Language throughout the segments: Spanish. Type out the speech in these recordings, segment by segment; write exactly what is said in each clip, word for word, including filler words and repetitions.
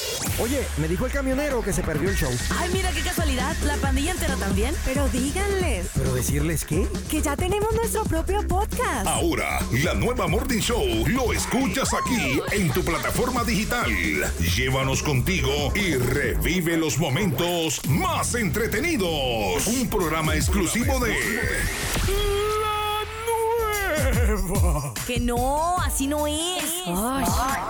Oye, me dijo el camionero que se perdió el show. Ay, mira qué casualidad, la pandilla entera también. Pero díganles. ¿Pero decirles qué? Que ya tenemos nuestro propio podcast. Ahora, la nueva Morning Show lo escuchas aquí en tu plataforma digital. Llévanos contigo y revive los momentos más entretenidos. Un programa exclusivo de La Nueva. Que no, así no es. Ay.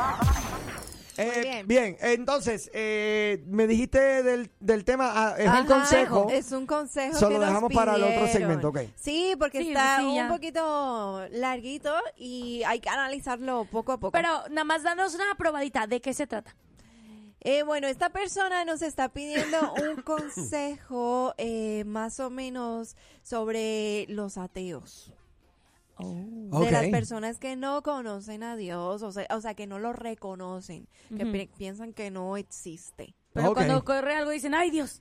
Eh, bien. bien, entonces, eh, me dijiste del, del tema, ah, es Ajá, un consejo. Es un consejo Solo que nos dejamos para el otro pidieron. segmento, ok. Sí, porque Sí, está sí, ya. un poquito larguito y hay que analizarlo poco a poco. Pero nada más danos una probadita. ¿De qué se trata? Eh, bueno, esta persona nos está pidiendo un consejo eh, más o menos sobre los ateos. Ok. De las personas que no conocen a Dios, o sea, o sea que no lo reconocen, que Ujú. pi- piensan que no existe. Pero Ok. cuando ocurre algo dicen, ay Dios.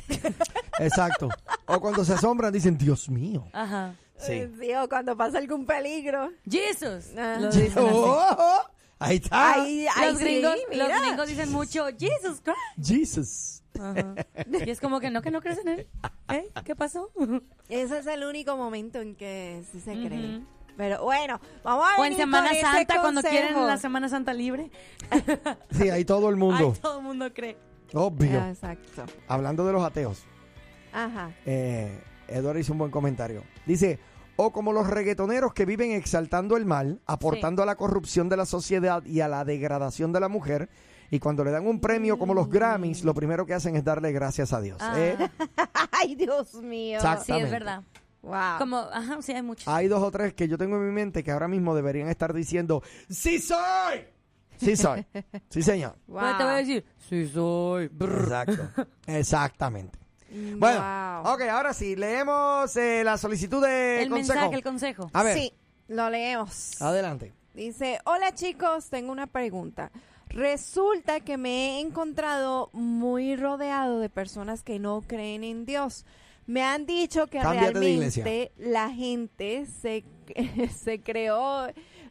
Exacto. O cuando se asombran dicen, Dios mío. Ajá. Sí. Eh, sí, o cuando pasa algún peligro. Jesus. Ah. Lo dicen así. Oh, oh, ahí está. Ahí, ahí Los sí, gringos, mira. los gringos dicen mucho, Jesus Christ. Jesus. Ajá. Y es como que no, que no crees en él. ¿Eh? ¿Qué pasó? Ese es el único momento en que sí se cree. Ujú. Pero bueno, vamos a O ver. en Semana Santa, cuando quieren la Semana Santa libre. Sí, ahí todo el Ay, mundo. todo el mundo cree. Obvio. Exacto. Hablando de los ateos, Ajá. eh, Eduardo hizo un buen comentario. Dice, o como los reggaetoneros que viven exaltando el mal, aportando a la corrupción de la sociedad y a la degradación de la mujer, y cuando le dan un premio como los Grammys, lo primero que hacen es darle gracias a Dios. Ah. ¿eh? Ay, Dios mío. Exacto. Sí, es Exactamente. verdad. Wow. Como, ajá, sí, hay muchos. Hay dos o tres que yo tengo en mi mente que ahora mismo deberían estar diciendo, ¡sí soy! Sí soy. Sí, señor. Wow. Pues te voy a decir, sí soy. Brr. Exacto. Exactamente. Bueno, Wow. ok, ahora sí, leemos eh, la solicitud de El consejo. mensaje, el consejo. A ver, Sí, lo leemos. adelante. Dice, hola chicos, tengo una pregunta. Resulta que me he encontrado muy rodeado de personas que no creen en Dios. Me han dicho que Cámbiate de iglesia. realmente la gente se, se creó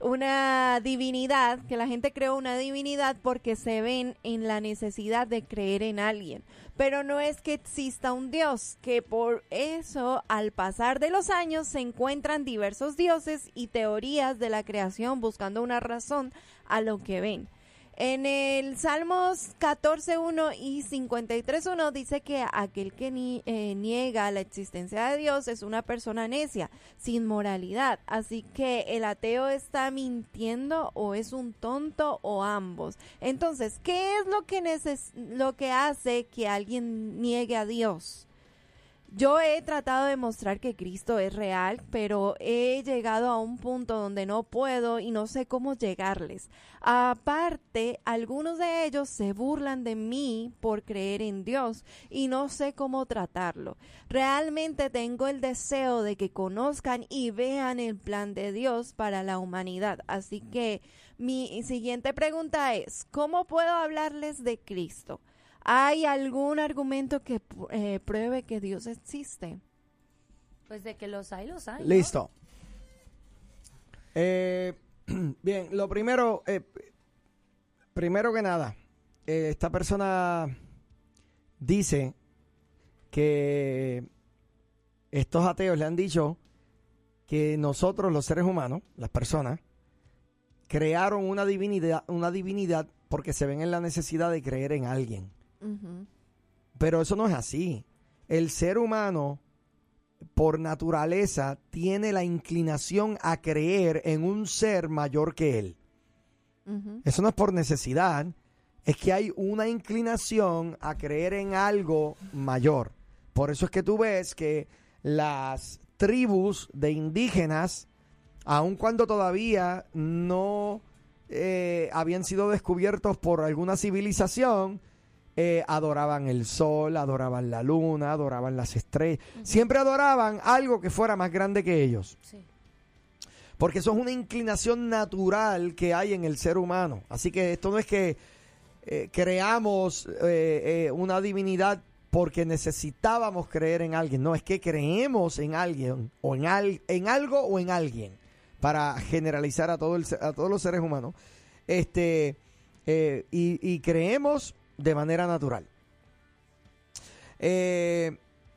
una divinidad, que la gente creó una divinidad porque se ven en la necesidad de creer en alguien. Pero no es que exista un Dios, que por eso al pasar de los años se encuentran diversos dioses y teorías de la creación buscando una razón a lo que ven. En el Salmos catorce uno y cincuenta y tres uno dice que aquel que ni, eh, niega la existencia de Dios es una persona necia, sin moralidad. Así que el ateo está mintiendo o es un tonto o ambos. Entonces, ¿qué es lo que, neces- lo que hace que alguien niegue a Dios? Yo he tratado de mostrar que Cristo es real, pero he llegado a un punto donde no puedo y no sé cómo llegarles. Aparte, algunos de ellos se burlan de mí por creer en Dios y no sé cómo tratarlo. Realmente tengo el deseo de que conozcan y vean el plan de Dios para la humanidad. Así que mi siguiente pregunta es, ¿cómo puedo hablarles de Cristo? ¿Hay algún argumento que eh, pruebe que Dios existe? Pues de que los hay, los hay. ¿no? Listo. Eh, bien, lo primero, eh, primero que nada, eh, esta persona dice que estos ateos le han dicho que nosotros, los seres humanos, las personas, crearon una divinidad, una divinidad porque se ven en la necesidad de creer en alguien. Uh-huh. Pero eso no es así. El ser humano, por naturaleza, tiene la inclinación a creer en un ser mayor que él. Uh-huh. Eso no es por necesidad, es que hay una inclinación a creer en algo mayor. Por eso es que tú ves que las tribus de indígenas, aun cuando todavía no eh, habían sido descubiertos por alguna civilización, Eh, adoraban el sol, adoraban la luna, adoraban las estrellas. Uh-huh. Siempre adoraban algo que fuera más grande que ellos. Sí. Porque eso es una inclinación natural que hay en el ser humano. Así que esto no es que eh, creamos eh, eh, una divinidad porque necesitábamos creer en alguien. No, es que creemos en alguien o en, al, en algo o en alguien. Para generalizar a, todo el, a todos los seres humanos. Este, eh, y, y creemos de manera natural. Eh,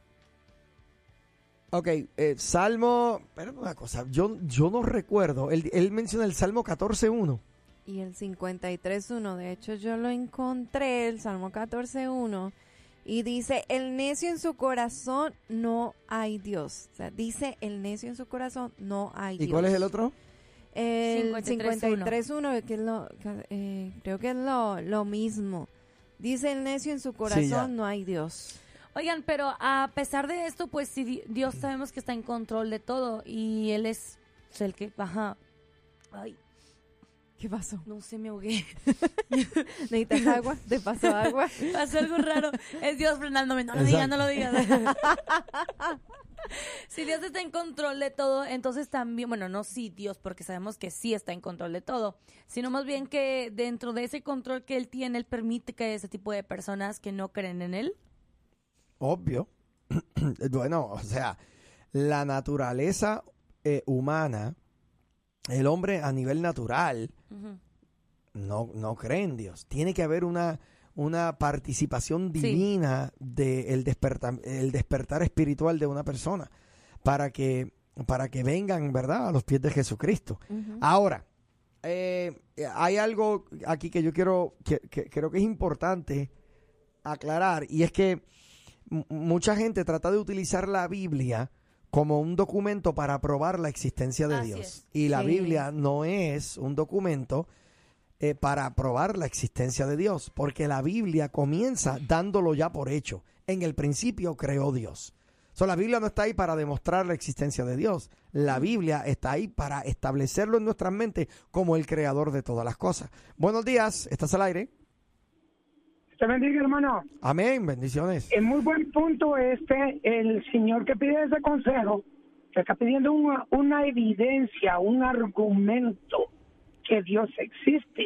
ok, eh, Salmo, espérame una cosa, yo, yo no recuerdo, él, él menciona el Salmo catorce uno. Y el cincuenta y tres uno, de hecho yo lo encontré, el Salmo catorce uno, y dice, el necio en su corazón no hay Dios. O sea, dice, el necio en su corazón no hay Dios. ¿Y cuál es el otro? El cincuenta y tres uno, que es lo, eh, creo que es lo, lo mismo. Dice, el necio en su corazón sí, no hay Dios. Oigan, pero a pesar de esto, pues sí, Dios sabemos que está en control de todo y Él es el que, ajá, ay, ¿Qué pasó? no sé, me ahogué. ¿Necesitas agua? ¿Te pasó agua? Pasó algo raro. Es Dios frenándome. No lo digas, no lo digas. Si Dios está en control de todo, entonces también, bueno, no sí Dios, porque sabemos que sí está en control de todo, sino más bien que dentro de ese control que Él tiene, Él permite que ese tipo de personas que no creen en Él. Obvio. Bueno, o sea, la naturaleza eh, humana, el hombre a nivel natural, uh-huh. no, no cree en Dios. Tiene que haber una, una participación divina sí. del despertar, el despertar espiritual de una persona para que, para que vengan, ¿verdad?, a los pies de Jesucristo. Uh-huh. Ahora, eh, hay algo aquí que yo quiero, que, que creo que es importante aclarar, y es que m- mucha gente trata de utilizar la Biblia como un documento para probar la existencia de Así Dios. es. Y la Sí. Biblia no es un documento eh, para probar la existencia de Dios, porque la Biblia comienza dándolo ya por hecho. En el principio creó Dios. O sea, la Biblia no está ahí para demostrar la existencia de Dios. La Biblia está ahí para establecerlo en nuestras mentes como el creador de todas las cosas. Buenos días, ¿estás al aire? Te bendiga, hermano. Amén, bendiciones. Es muy buen punto este, el señor que pide ese consejo, que está pidiendo una, una evidencia, un argumento que Dios existe.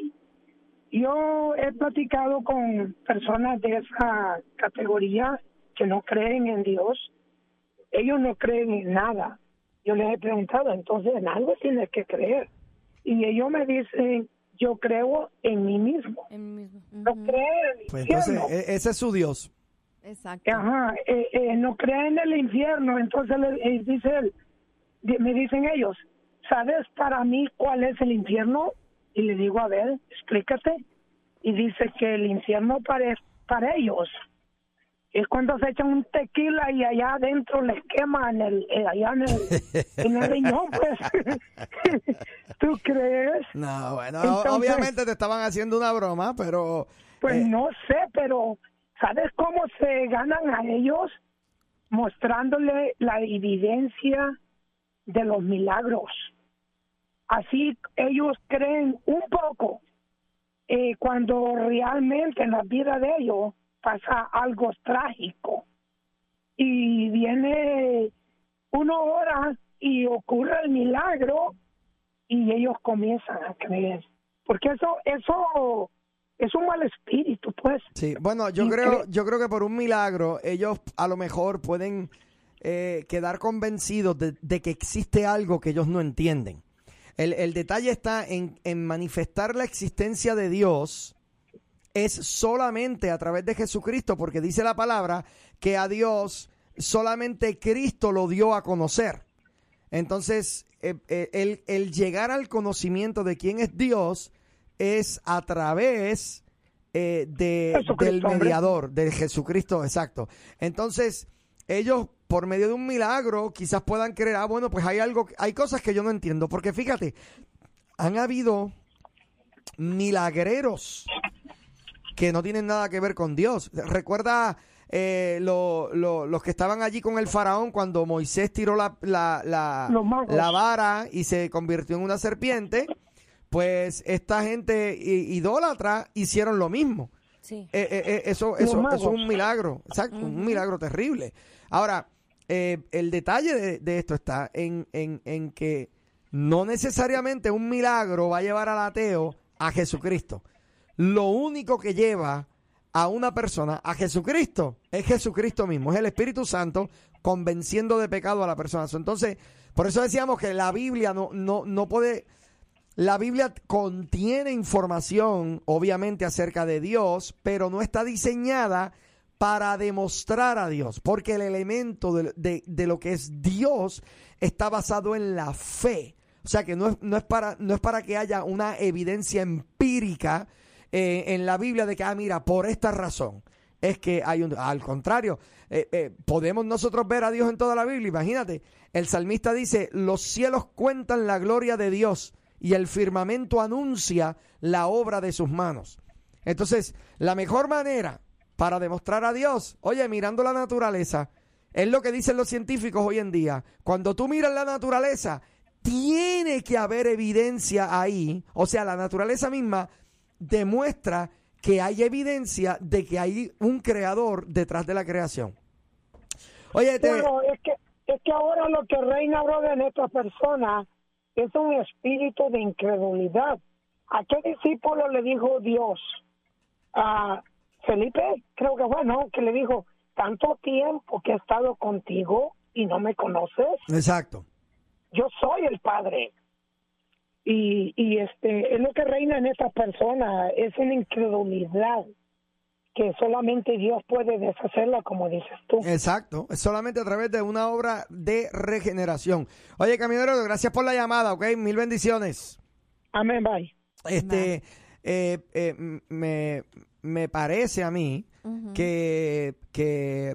Yo he platicado con personas de esa categoría que no creen en Dios. Ellos no creen en nada. Yo les he preguntado, entonces en algo tienes que creer. Y ellos me dicen, yo creo en mí mismo. En mí mismo. No Ujú. creo en el Pues infierno. entonces, e- ese es su Dios. Exacto. Ajá, eh, eh, no cree en el infierno. Entonces le, eh, dice él, di- me dicen ellos, ¿sabes para mí cuál es el infierno? Y le digo, a ver, explícate. Y dice que el infierno para, para ellos es cuando se echan un tequila y allá adentro les queman el, eh, allá en el, en el riñón, pues. ¿Tú crees? No, bueno, Entonces- obviamente te estaban haciendo una broma, pero... Pues eh, no sé, pero ¿sabes cómo se ganan a ellos? Mostrándole la evidencia de los milagros. Así ellos creen un poco eh, cuando realmente en la vida de ellos pasa algo trágico. Y viene una hora y ocurre el milagro y ellos comienzan a creer. Porque eso, eso es un mal espíritu, pues. Sí, bueno, yo Y creo, cre- yo creo que por un milagro ellos a lo mejor pueden eh, quedar convencidos de, de que existe algo que ellos no entienden. El, el detalle está en, en manifestar la existencia de Dios es solamente a través de Jesucristo, porque dice la palabra que a Dios solamente Cristo lo dio a conocer. Entonces, eh, eh, el, el llegar al conocimiento de quién es Dios es a través eh, de, Jesucristo, del hombre. mediador, de Jesucristo, exacto. Entonces, ellos por medio de un milagro quizás puedan creer, ah, bueno, pues hay algo, hay cosas que yo no entiendo, porque fíjate, han habido milagreros que no tienen nada que ver con Dios. Recuerda eh, lo, lo, los que estaban allí con el faraón cuando Moisés tiró la, la, la, Los magos. la vara y se convirtió en una serpiente. Pues esta gente i- idólatra hicieron lo mismo. Sí. Eh, eh, eh, eso, Los eso, eso magos. es un milagro, exacto, un milagro terrible. Ahora, eh, el detalle de, de esto está en, en, en que no necesariamente un milagro va a llevar al ateo a Jesucristo. Lo único que lleva a una persona a Jesucristo es Jesucristo mismo, es el Espíritu Santo convenciendo de pecado a la persona. Entonces, por eso decíamos que la Biblia no, no, no puede... La Biblia contiene información, obviamente, acerca de Dios, pero no está diseñada para demostrar a Dios, porque el elemento de, de, de lo que es Dios está basado en la fe. O sea que no es, no es, para, no es para que haya una evidencia empírica eh, en la Biblia de que, ah, mira, por esta razón es que hay un... Al contrario, eh, eh, podemos nosotros ver a Dios en toda la Biblia. Imagínate, el salmista dice, los cielos cuentan la gloria de Dios y el firmamento anuncia la obra de sus manos. Entonces, la mejor manera para demostrar a Dios, oye, mirando la naturaleza, es lo que dicen los científicos hoy en día. Cuando tú miras la naturaleza, tiene que haber evidencia ahí. O sea, la naturaleza misma demuestra que hay evidencia de que hay un creador detrás de la creación. Oye, te... Bueno, es que, es que ahora lo que reina, brother, en esta persona es un espíritu de incredulidad. ¿A qué discípulo le dijo Dios? A Felipe, creo que fue, ¿no? Que le dijo, tanto tiempo que he estado contigo y no me conoces. Exacto. Yo soy el Padre. Y, y este es lo que reina en esta persona, es una incredulidad que solamente Dios puede deshacerla, como dices tú. Exacto, es solamente a través de una obra de regeneración. Oye, camionero, gracias por la llamada, ¿ok? Mil bendiciones. Amén, bye. Este, eh, eh, me, me parece a mí uh-huh. que, que,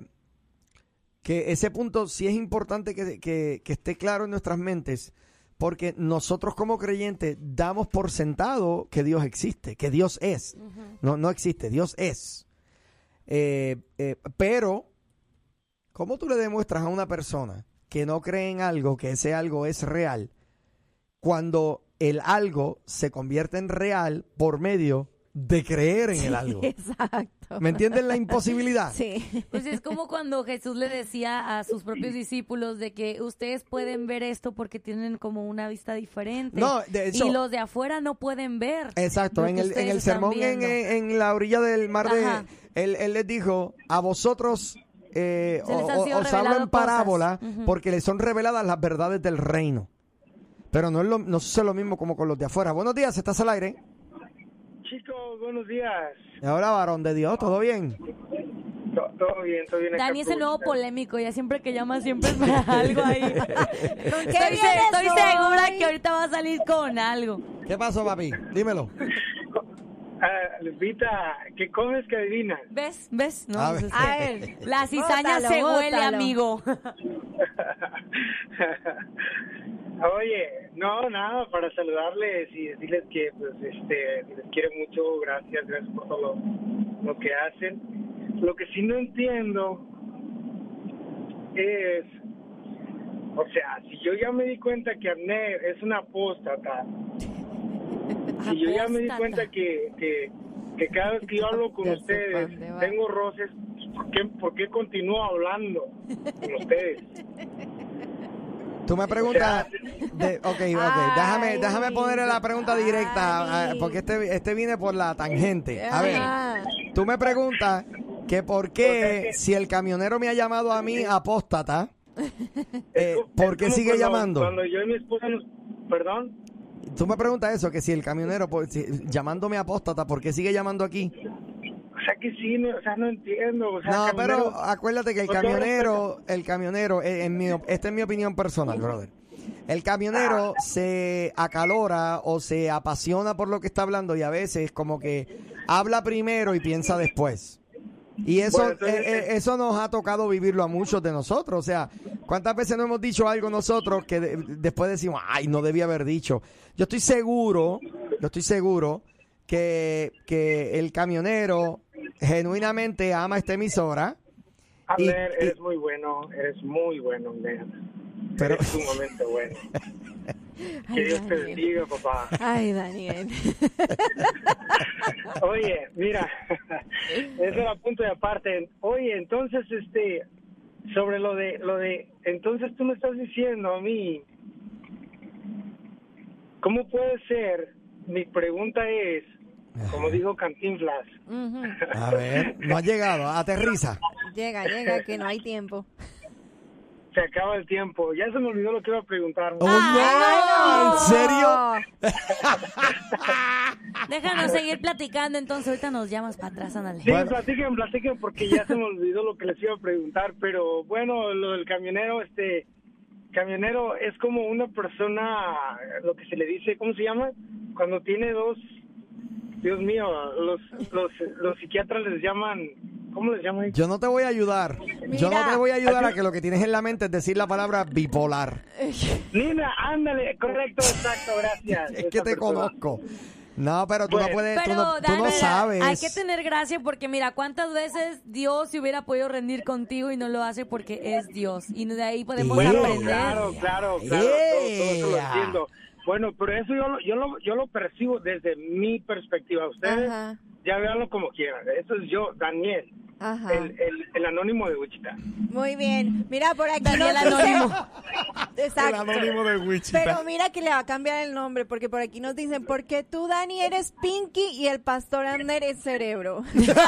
que ese punto sí es importante que, que, que esté claro en nuestras mentes, porque nosotros como creyentes damos por sentado que Dios existe, que Dios es. Uh-huh. No, no existe, Dios es. Eh, eh, pero, ¿cómo tú le demuestras a una persona que no cree en algo, que ese algo es real, cuando el algo se convierte en real por medio de creer en sí, el algo? Exacto. ¿Me entienden la imposibilidad? Sí. Pues es como cuando Jesús le decía a sus propios discípulos de que ustedes pueden ver esto porque tienen como una vista diferente. No, de hecho, y los de afuera no pueden ver. Exacto, en el, en el sermón en, en la orilla del mar de... Él, él les dijo, a vosotros eh, o, o, os hablo en parábola uh-huh. porque les son reveladas las verdades del reino. Pero no es lo, no es lo mismo como con los de afuera. Buenos días, ¿estás al aire? Chicos, buenos días. Y ahora, varón de Dios, ¿todo bien? Todo, todo bien, todo bien. Dani es el nuevo polémico, ya siempre que llama siempre es para algo ahí. ¿Con qué estoy, vienes estoy hoy? segura que ahorita va a salir con algo. ¿Qué pasó, papi? Dímelo. Uh, Lupita, ¿qué comes que adivinas? ¿Ves? ¿Ves? No, a ver, a ver la cizaña bótalo, se huele, bótalo. amigo. Oye, no, nada, para saludarles y decirles que pues este les quiero mucho, gracias, gracias por todo lo, lo que hacen. Lo que sí no entiendo es, o sea, si yo ya me di cuenta que Abner es una apóstata, si yo ya me di cuenta que, que, que cada vez que yo hablo con Ya sé ustedes pa' dónde va. tengo roces, ¿por qué, ¿por qué continúo hablando con ustedes? Tú me preguntas, de, ok, ok, déjame, déjame ponerle la pregunta directa, Ay. porque este, este viene por la tangente. A ver, Ah. tú me preguntas que por qué, si el camionero me ha llamado a mí apóstata, eh, ¿por qué Es como sigue cuando- llamando? Cuando yo y mi esposa nos... ¿Perdón? Tú me preguntas eso, que si el camionero, por- si- llamándome apóstata, ¿por qué sigue llamando aquí? O sea que sí, no, o sea, no entiendo. O sea, No, camionero- pero acuérdate que el con todo camionero, el camionero, eh, en mi, esta es mi opinión personal, brother. El camionero se acalora o se apasiona por lo que está hablando y a veces como que habla primero y piensa después. Y eso, Bueno, entonces, eh, eh, eso nos ha tocado vivirlo a muchos de nosotros. O sea, ¿cuántas veces no hemos dicho algo nosotros que de- después decimos, ay, no debía haber dicho? Yo estoy seguro, yo estoy seguro que, que el camionero genuinamente ama esta emisora. y- Abner, y- eres muy bueno, eres muy bueno, Abner. Pero- Eres sumamente bueno. Ay, Que Dios te Daniel. bendiga, papá. Ay, Daniel. Oye, mira, eso era punto de aparte. Oye, entonces, este, sobre lo de, lo de, entonces tú me estás diciendo a mí, ¿cómo puede ser? Mi pregunta es, como dijo Cantinflas, Ujú. A ver, no ha llegado, aterriza. Llega, llega, que no hay tiempo. se acaba el tiempo. Ya se me olvidó lo que iba a preguntar. ¡Oh, no! ¿En serio? Déjanos seguir platicando, entonces ahorita nos llamas para atrás, ándale. Sí, Bueno. platiquen, platiquen, porque ya se me olvidó lo que les iba a preguntar, pero bueno, lo del camionero, este, camionero es como una persona, lo que se le dice, ¿cómo se llama? Cuando tiene dos, Dios mío, los, los, los psiquiatras les llaman, ¿cómo les llaman? Yo no te voy a ayudar. Yo no Mira. te voy a ayudar a que lo que tienes en la mente es decir la palabra bipolar. Nina, ándale, correcto, exacto, gracias. Es Esa que te persona. conozco. No, pero tú no Bueno. puedes, tú Pero, no, tú no Daniel, sabes. hay que tener gracia porque mira, cuántas veces Dios se hubiera podido rendir contigo y no lo hace porque es Dios. Y de ahí podemos Claro, aprender. Claro, claro, claro, todo, todo eso lo Yeah. entiendo. Bueno, pero eso yo, lo- yo, lo, yo lo percibo desde mi perspectiva. Ustedes Ajá. ya veanlo como quieran. Eso es yo, Daniel, Ajá. el, el, el anónimo de Wichita. Muy bien. Mira, por aquí Daniel nos dice- Anónimo. Exacto. El anónimo de Wichita. Pero mira que le va a cambiar el nombre, porque por aquí nos dicen, porque tú, Dani, eres Pinky y el pastor Ander es Cerebro.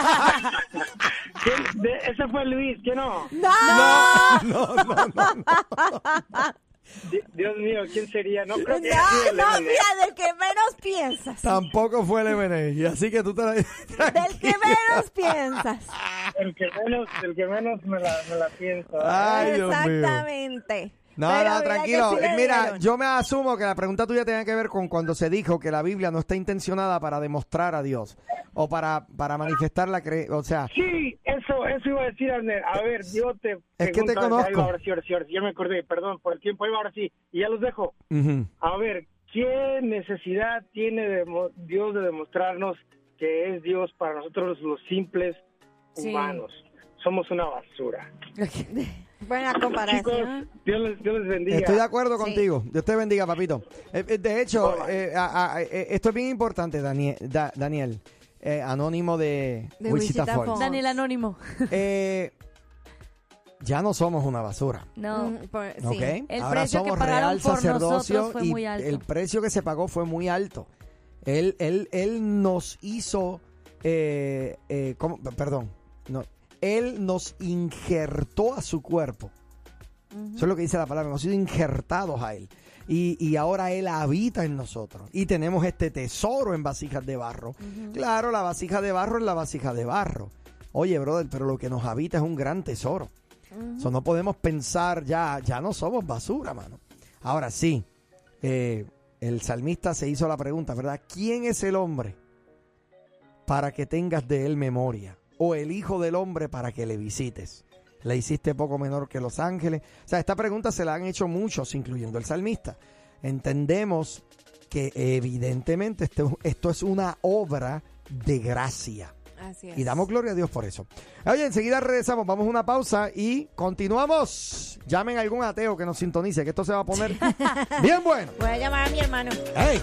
¿Quién? De- ese fue Luis, ¿qué no? ¡No! No, no, no, no. Di- Dios mío, ¿quién sería? No creo que haya No, sido el no, M and A. mira, del que menos piensas. Tampoco fue el M and A, y así que tú te la... Del que menos piensas. El que menos, el que menos me la, me la pienso. Ay, Dios mío. Exactamente. No, Pero no, mira tranquilo. que sí le Mira, dieron. yo me asumo que la pregunta tuya tiene que ver con cuando se dijo que la Biblia no está intencionada para demostrar a Dios o para, para manifestar la creencia. O sea, Sí, eso, eso iba a decir, Abner. A ver, yo te Es que te pregunto, conozco. ahí va, ahora sí, ahora sí, ahora sí, ya me acordé, perdón por el tiempo, ahí va, ahora sí, y ya los dejo. ujú. A ver, ¿qué necesidad tiene de mo- Dios de demostrarnos que es Dios para nosotros los simples Sí. humanos? Somos una basura. Buena Chicos, comparación. Dios les, Dios les bendiga. Estoy de acuerdo Sí. contigo. Dios te bendiga, papito. Eh, eh, de hecho, eh, a- a- eh, esto es bien importante, Daniel. Da- Daniel eh, anónimo de, De Wichita Wichita Falls. Falls. Daniel Anónimo. Eh, ya no somos una basura. No. Mm, por- sí. ¿Ok? El Ahora precio que somos pagaron real por sacerdocio nosotros fue y muy alto. el precio que se pagó fue muy alto. Él, él, él nos hizo, eh, eh, ¿cómo? Perdón, no, él nos injertó a su cuerpo. Eso es lo que dice la palabra. Hemos sido injertados a él. Y, y ahora él habita en nosotros. Y tenemos este tesoro en vasijas de barro. Claro, la vasija de barro es la vasija de barro. Oye, brother, pero lo que nos habita es un gran tesoro. So, no podemos pensar ya, ya no somos basura, mano. Ahora sí, eh, el salmista se hizo la pregunta, ¿verdad? ¿Quién es el hombre para que tengas de él memoria? O el hijo del hombre para que le visites. Le hiciste poco menor que los ángeles. O sea, esta pregunta se la han hecho muchos, incluyendo el salmista. Entendemos que evidentemente esto, esto es una obra de gracia. Así es. Y damos gloria a Dios por eso. Oye, enseguida regresamos, vamos a una pausa y continuamos. Llamen a algún ateo que nos sintonice, que esto se va a poner bien bueno. Voy a llamar a mi hermano. ¡Hey!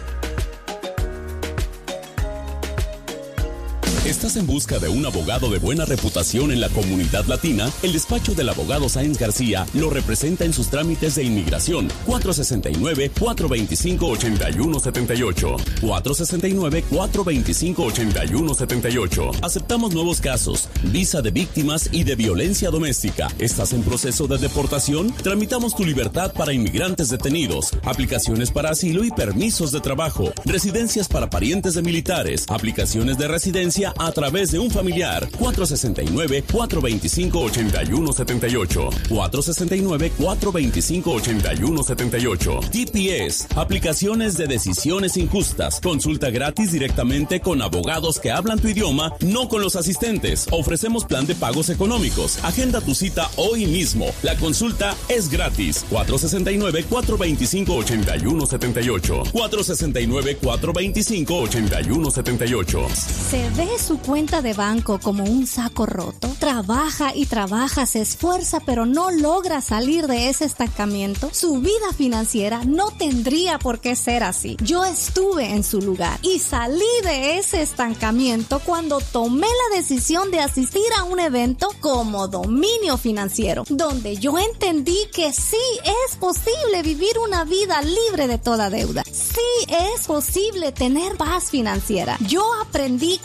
¿Estás en busca de un abogado de buena reputación en la comunidad latina? El despacho del abogado Sáenz García lo representa en sus trámites de inmigración. cuatro sesenta y nueve, cuatro veinticinco, ochenta y uno setenta y ocho. cuatro sesenta y nueve, cuatro veinticinco, ochenta y uno setenta y ocho. Aceptamos nuevos casos, visa de víctimas y de violencia doméstica. ¿Estás en proceso de deportación? Tramitamos tu libertad para inmigrantes detenidos, aplicaciones para asilo y permisos de trabajo, residencias para parientes de militares, aplicaciones de residencia a través de un familiar. cuatro sesenta y nueve, cuatro veinticinco, ochenta y uno setenta y ocho. cuatro sesenta y nueve, cuatro veinticinco, ochenta y uno setenta y ocho. T P S, aplicaciones de decisiones injustas. Consulta gratis directamente con abogados que hablan tu idioma, no con los asistentes. Ofrecemos plan de pagos económicos. Agenda tu cita hoy mismo. La consulta es gratis. cuatro sesenta y nueve, cuatro veinticinco, ochenta y uno setenta y ocho. cuatro sesenta y nueve, cuatro veinticinco, ochenta y uno setenta y ocho. ¿Se ve su cuenta de banco como un saco roto? Trabaja y trabaja, se esfuerza, pero no logra salir de ese estancamiento. Su vida financiera no tendría por qué ser así. Yo estuve en su lugar y salí de ese estancamiento cuando tomé la decisión de asistir a un evento como Dominio Financiero, donde yo entendí que sí es posible vivir una vida libre de toda deuda. Sí es posible tener paz financiera. Yo aprendí cómo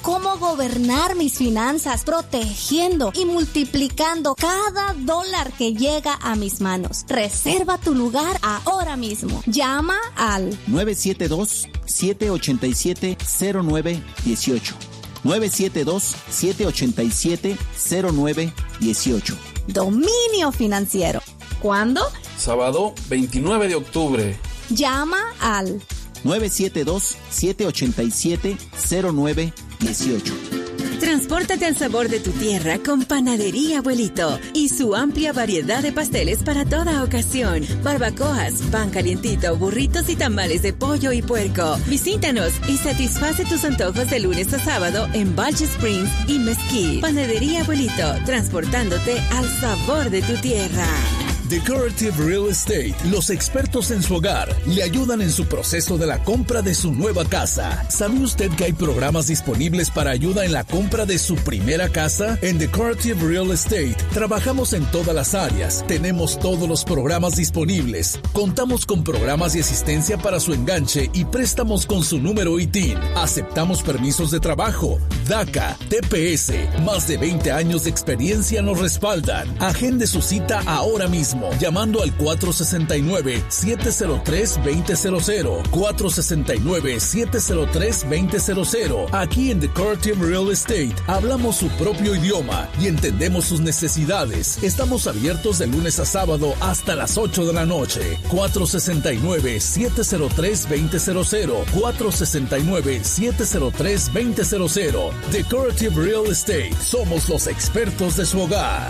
gobernar mis finanzas, protegiendo y multiplicando cada dólar que llega a mis manos. Reserva tu lugar ahora mismo. Llama al nueve siete dos, siete ocho siete, cero nueve uno ocho. nueve siete dos, siete ocho siete, cero nueve uno ocho. Dominio Financiero. ¿Cuándo? Sábado veintinueve de octubre. Llama al nueve siete dos, siete ocho siete, cero nueve uno ocho. Transpórtate al sabor de tu tierra con Panadería Abuelito y su amplia variedad de pasteles para toda ocasión. Barbacoas, pan calientito, burritos y tamales de pollo y puerco. Visítanos y satisface tus antojos de lunes a sábado en Balch Springs y Mesquite. Panadería Abuelito, transportándote al sabor de tu tierra. Decorative Real Estate, los expertos en su hogar, le ayudan en su proceso de la compra de su nueva casa. ¿Sabe usted que hay programas disponibles para ayuda en la compra de su primera casa? En Decorative Real Estate trabajamos en todas las áreas. Tenemos todos los programas disponibles. Contamos con programas de asistencia para su enganche y préstamos con su número I T I N. Aceptamos permisos de trabajo, DACA, T P S. Más de veinte años de experiencia nos respaldan. Agende su cita ahora mismo llamando al cuatro seis nueve, siete cero tres, dos cero cero cero, cuatro seis nueve, siete cero tres, dos cero cero. Aquí en Decorative Real Estate hablamos su propio idioma y entendemos sus necesidades. Estamos abiertos de lunes a sábado hasta las ocho de la noche. cuatro seis nueve, siete cero tres, dos cero cero, cuatro seis nueve, siete cero tres, dos cero cero. Decorative Real Estate, somos los expertos de su hogar.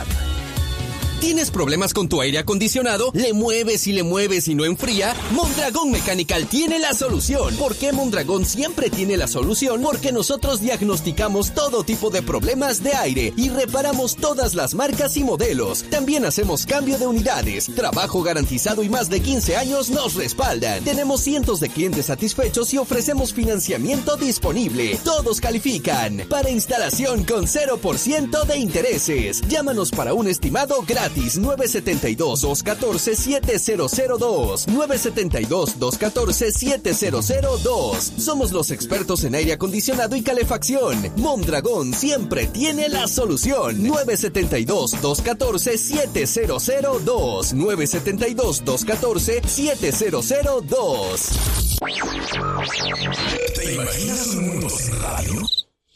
¿Tienes problemas con tu aire acondicionado? ¿Le mueves y le mueves y no enfría? Mondragón Mechanical tiene la solución. ¿Por qué Mondragón siempre tiene la solución? Porque nosotros diagnosticamos todo tipo de problemas de aire y reparamos todas las marcas y modelos. También hacemos cambio de unidades. Trabajo garantizado y más de quince años nos respaldan. Tenemos cientos de clientes satisfechos y ofrecemos financiamiento disponible. Todos califican para instalación con cero por ciento de intereses. Llámanos para un estimado gratis. nueve siete dos, dos uno cuatro, siete cero cero dos nueve siete dos, dos uno cuatro, siete cero cero dos. Somos los expertos en aire acondicionado y calefacción. Mondragón siempre tiene la solución. nueve siete dos, dos uno cuatro, siete cero cero dos nueve siete dos, dos uno cuatro, siete cero cero dos. ¿Te imaginas un mundo sin radio?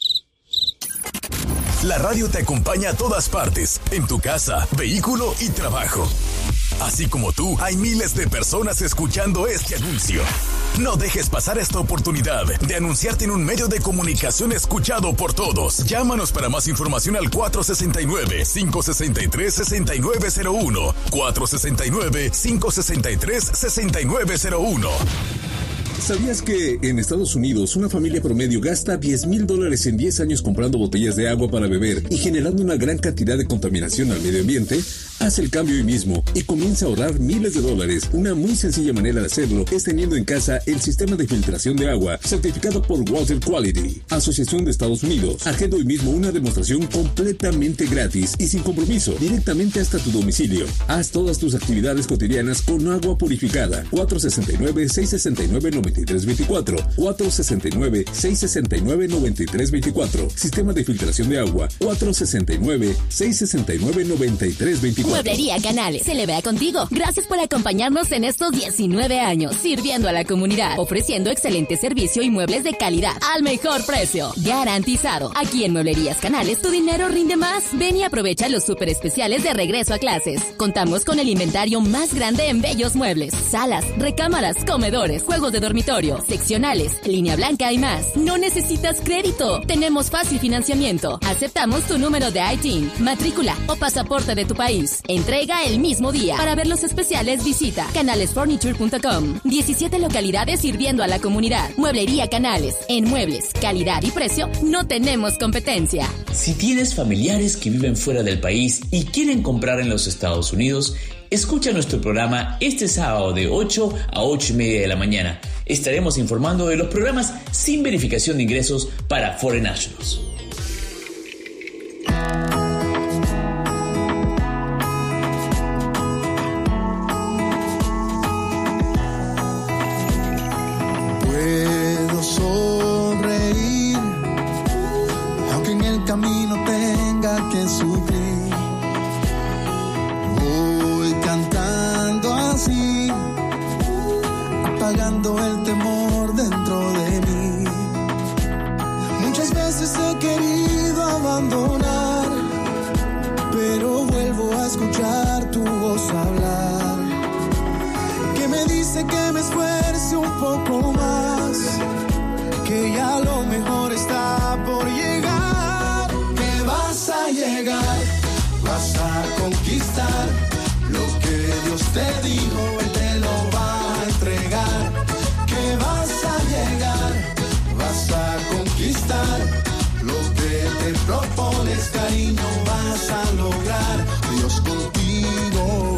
La radio te acompaña a todas partes, en tu casa, vehículo y trabajo. Así como tú, hay miles de personas escuchando este anuncio. No dejes pasar esta oportunidad de anunciarte en un medio de comunicación escuchado por todos. Llámanos para más información al cuatro seis nueve, cinco seis tres, seis nueve cero uno, cuatro seis nueve, cinco seis tres, seis nueve cero uno. ¿Sabías que en Estados Unidos una familia promedio gasta diez mil dólares en diez años comprando botellas de agua para beber y generando una gran cantidad de contaminación al medio ambiente? Haz el cambio hoy mismo y comienza a ahorrar miles de dólares. Una muy sencilla manera de hacerlo es teniendo en casa el sistema de filtración de agua certificado por Water Quality, Asociación de Estados Unidos. Agenda hoy mismo una demostración completamente gratis y sin compromiso, directamente hasta tu domicilio. Haz todas tus actividades cotidianas con agua purificada. cuatro seis nueve, seis seis nueve, nueve tres dos cuatro, cuatro seis nueve, seis seis nueve, nueve tres dos cuatro. Sistema de filtración de agua cuatro seis nueve, seis seis nueve, nueve tres dos cuatro. Mueblería Canales, celebra contigo. Gracias por acompañarnos en estos diecinueve años, sirviendo a la comunidad, ofreciendo excelente servicio y muebles de calidad al mejor precio, garantizado. Aquí en Mueblerías Canales, tu dinero rinde más. Ven y aprovecha los súper especiales de regreso a clases. Contamos con el inventario más grande en bellos muebles, salas, recámaras, comedores, juegos de dormitorio, seccionales, línea blanca y más. No necesitas crédito. Tenemos fácil financiamiento. Aceptamos tu número de I T I N, matrícula o pasaporte de tu país. Entrega el mismo día. Para ver los especiales, visita canales furniture punto com. diecisiete localidades sirviendo a la comunidad. Mueblería Canales. En muebles, calidad y precio, no tenemos competencia. Si tienes familiares que viven fuera del país y quieren comprar en los Estados Unidos, escucha nuestro programa este sábado de ocho a ocho y media de la mañana. Estaremos informando de los programas sin verificación de ingresos para Foreign Nationals. Puedo sonreír sufrir. Voy cantando así, apagando el temor dentro de mí. Muchas veces he querido abandonar, pero vuelvo a escuchar tu voz hablar, que me dice que me esfuerce un poco más, que ya lo mejor está por llegar, que vas a llegar, vas a conquistar lo que Dios te dijo, Él te lo va a entregar, que vas a llegar, vas a conquistar lo que te propones, cariño, vas a lograr, Dios contigo.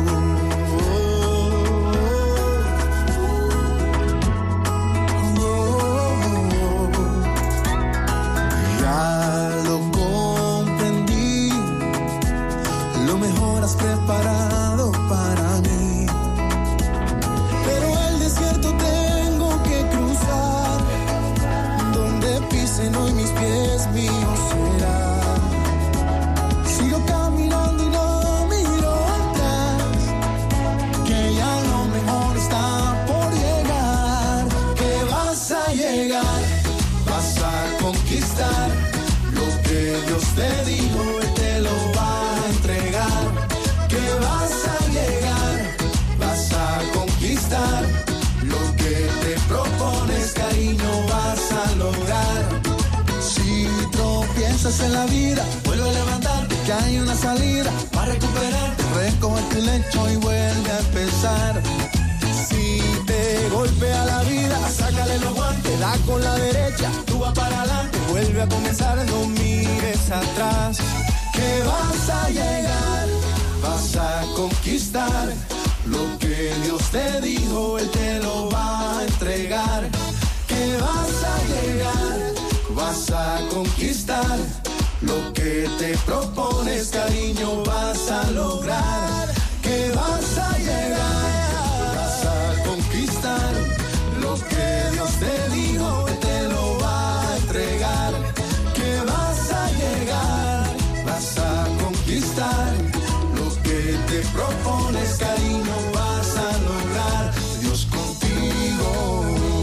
Ya lo comprendí, lo mejor has preparado para mí, pero el desierto tengo que cruzar, donde pisen hoy mis pies, mío será. Sigo caminando y no miro atrás, que ya lo mejor está por llegar, que vas a llegar, vas a conquistar lo que Dios te dijo, Él te lo va a entregar, que vas a llegar, vas a conquistar lo que te propones, cariño, vas a lograr. Si tropiezas en la vida, vuelve a levantarte, que hay una salida para recuperarte, recoge tu lecho y vuelve a empezar. Si te golpea la vida, sácale los guantes, da con la derecha, tú vas para adelante, vuelve a comenzar, no mires atrás, que vas a llegar, vas a conquistar lo que Dios te dijo, Él te lo va a entregar, que vas a llegar, vas a conquistar lo que te propones, cariño, vas a lograr, que vas a llegar, vas a conquistar lo que Dios te dijo, Él te lo va a entregar, que vas a llegar, vas a conquistar lo que te propones, cariño, vas a lograr, Dios contigo.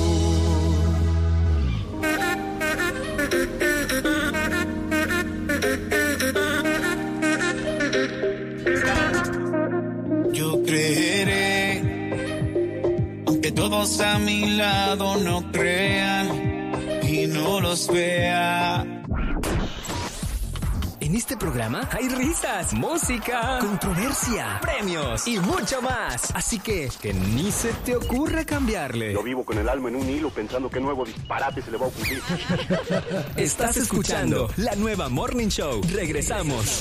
Yo creeré, aunque todos a mi lado no crean y no los vea. En este programa hay risas, música, controversia, premios y mucho más. Así que, que ni se te ocurra cambiarle. Yo vivo con el alma en un hilo pensando qué nuevo disparate se le va a ocurrir. Estás escuchando la nueva Morning Show. Regresamos.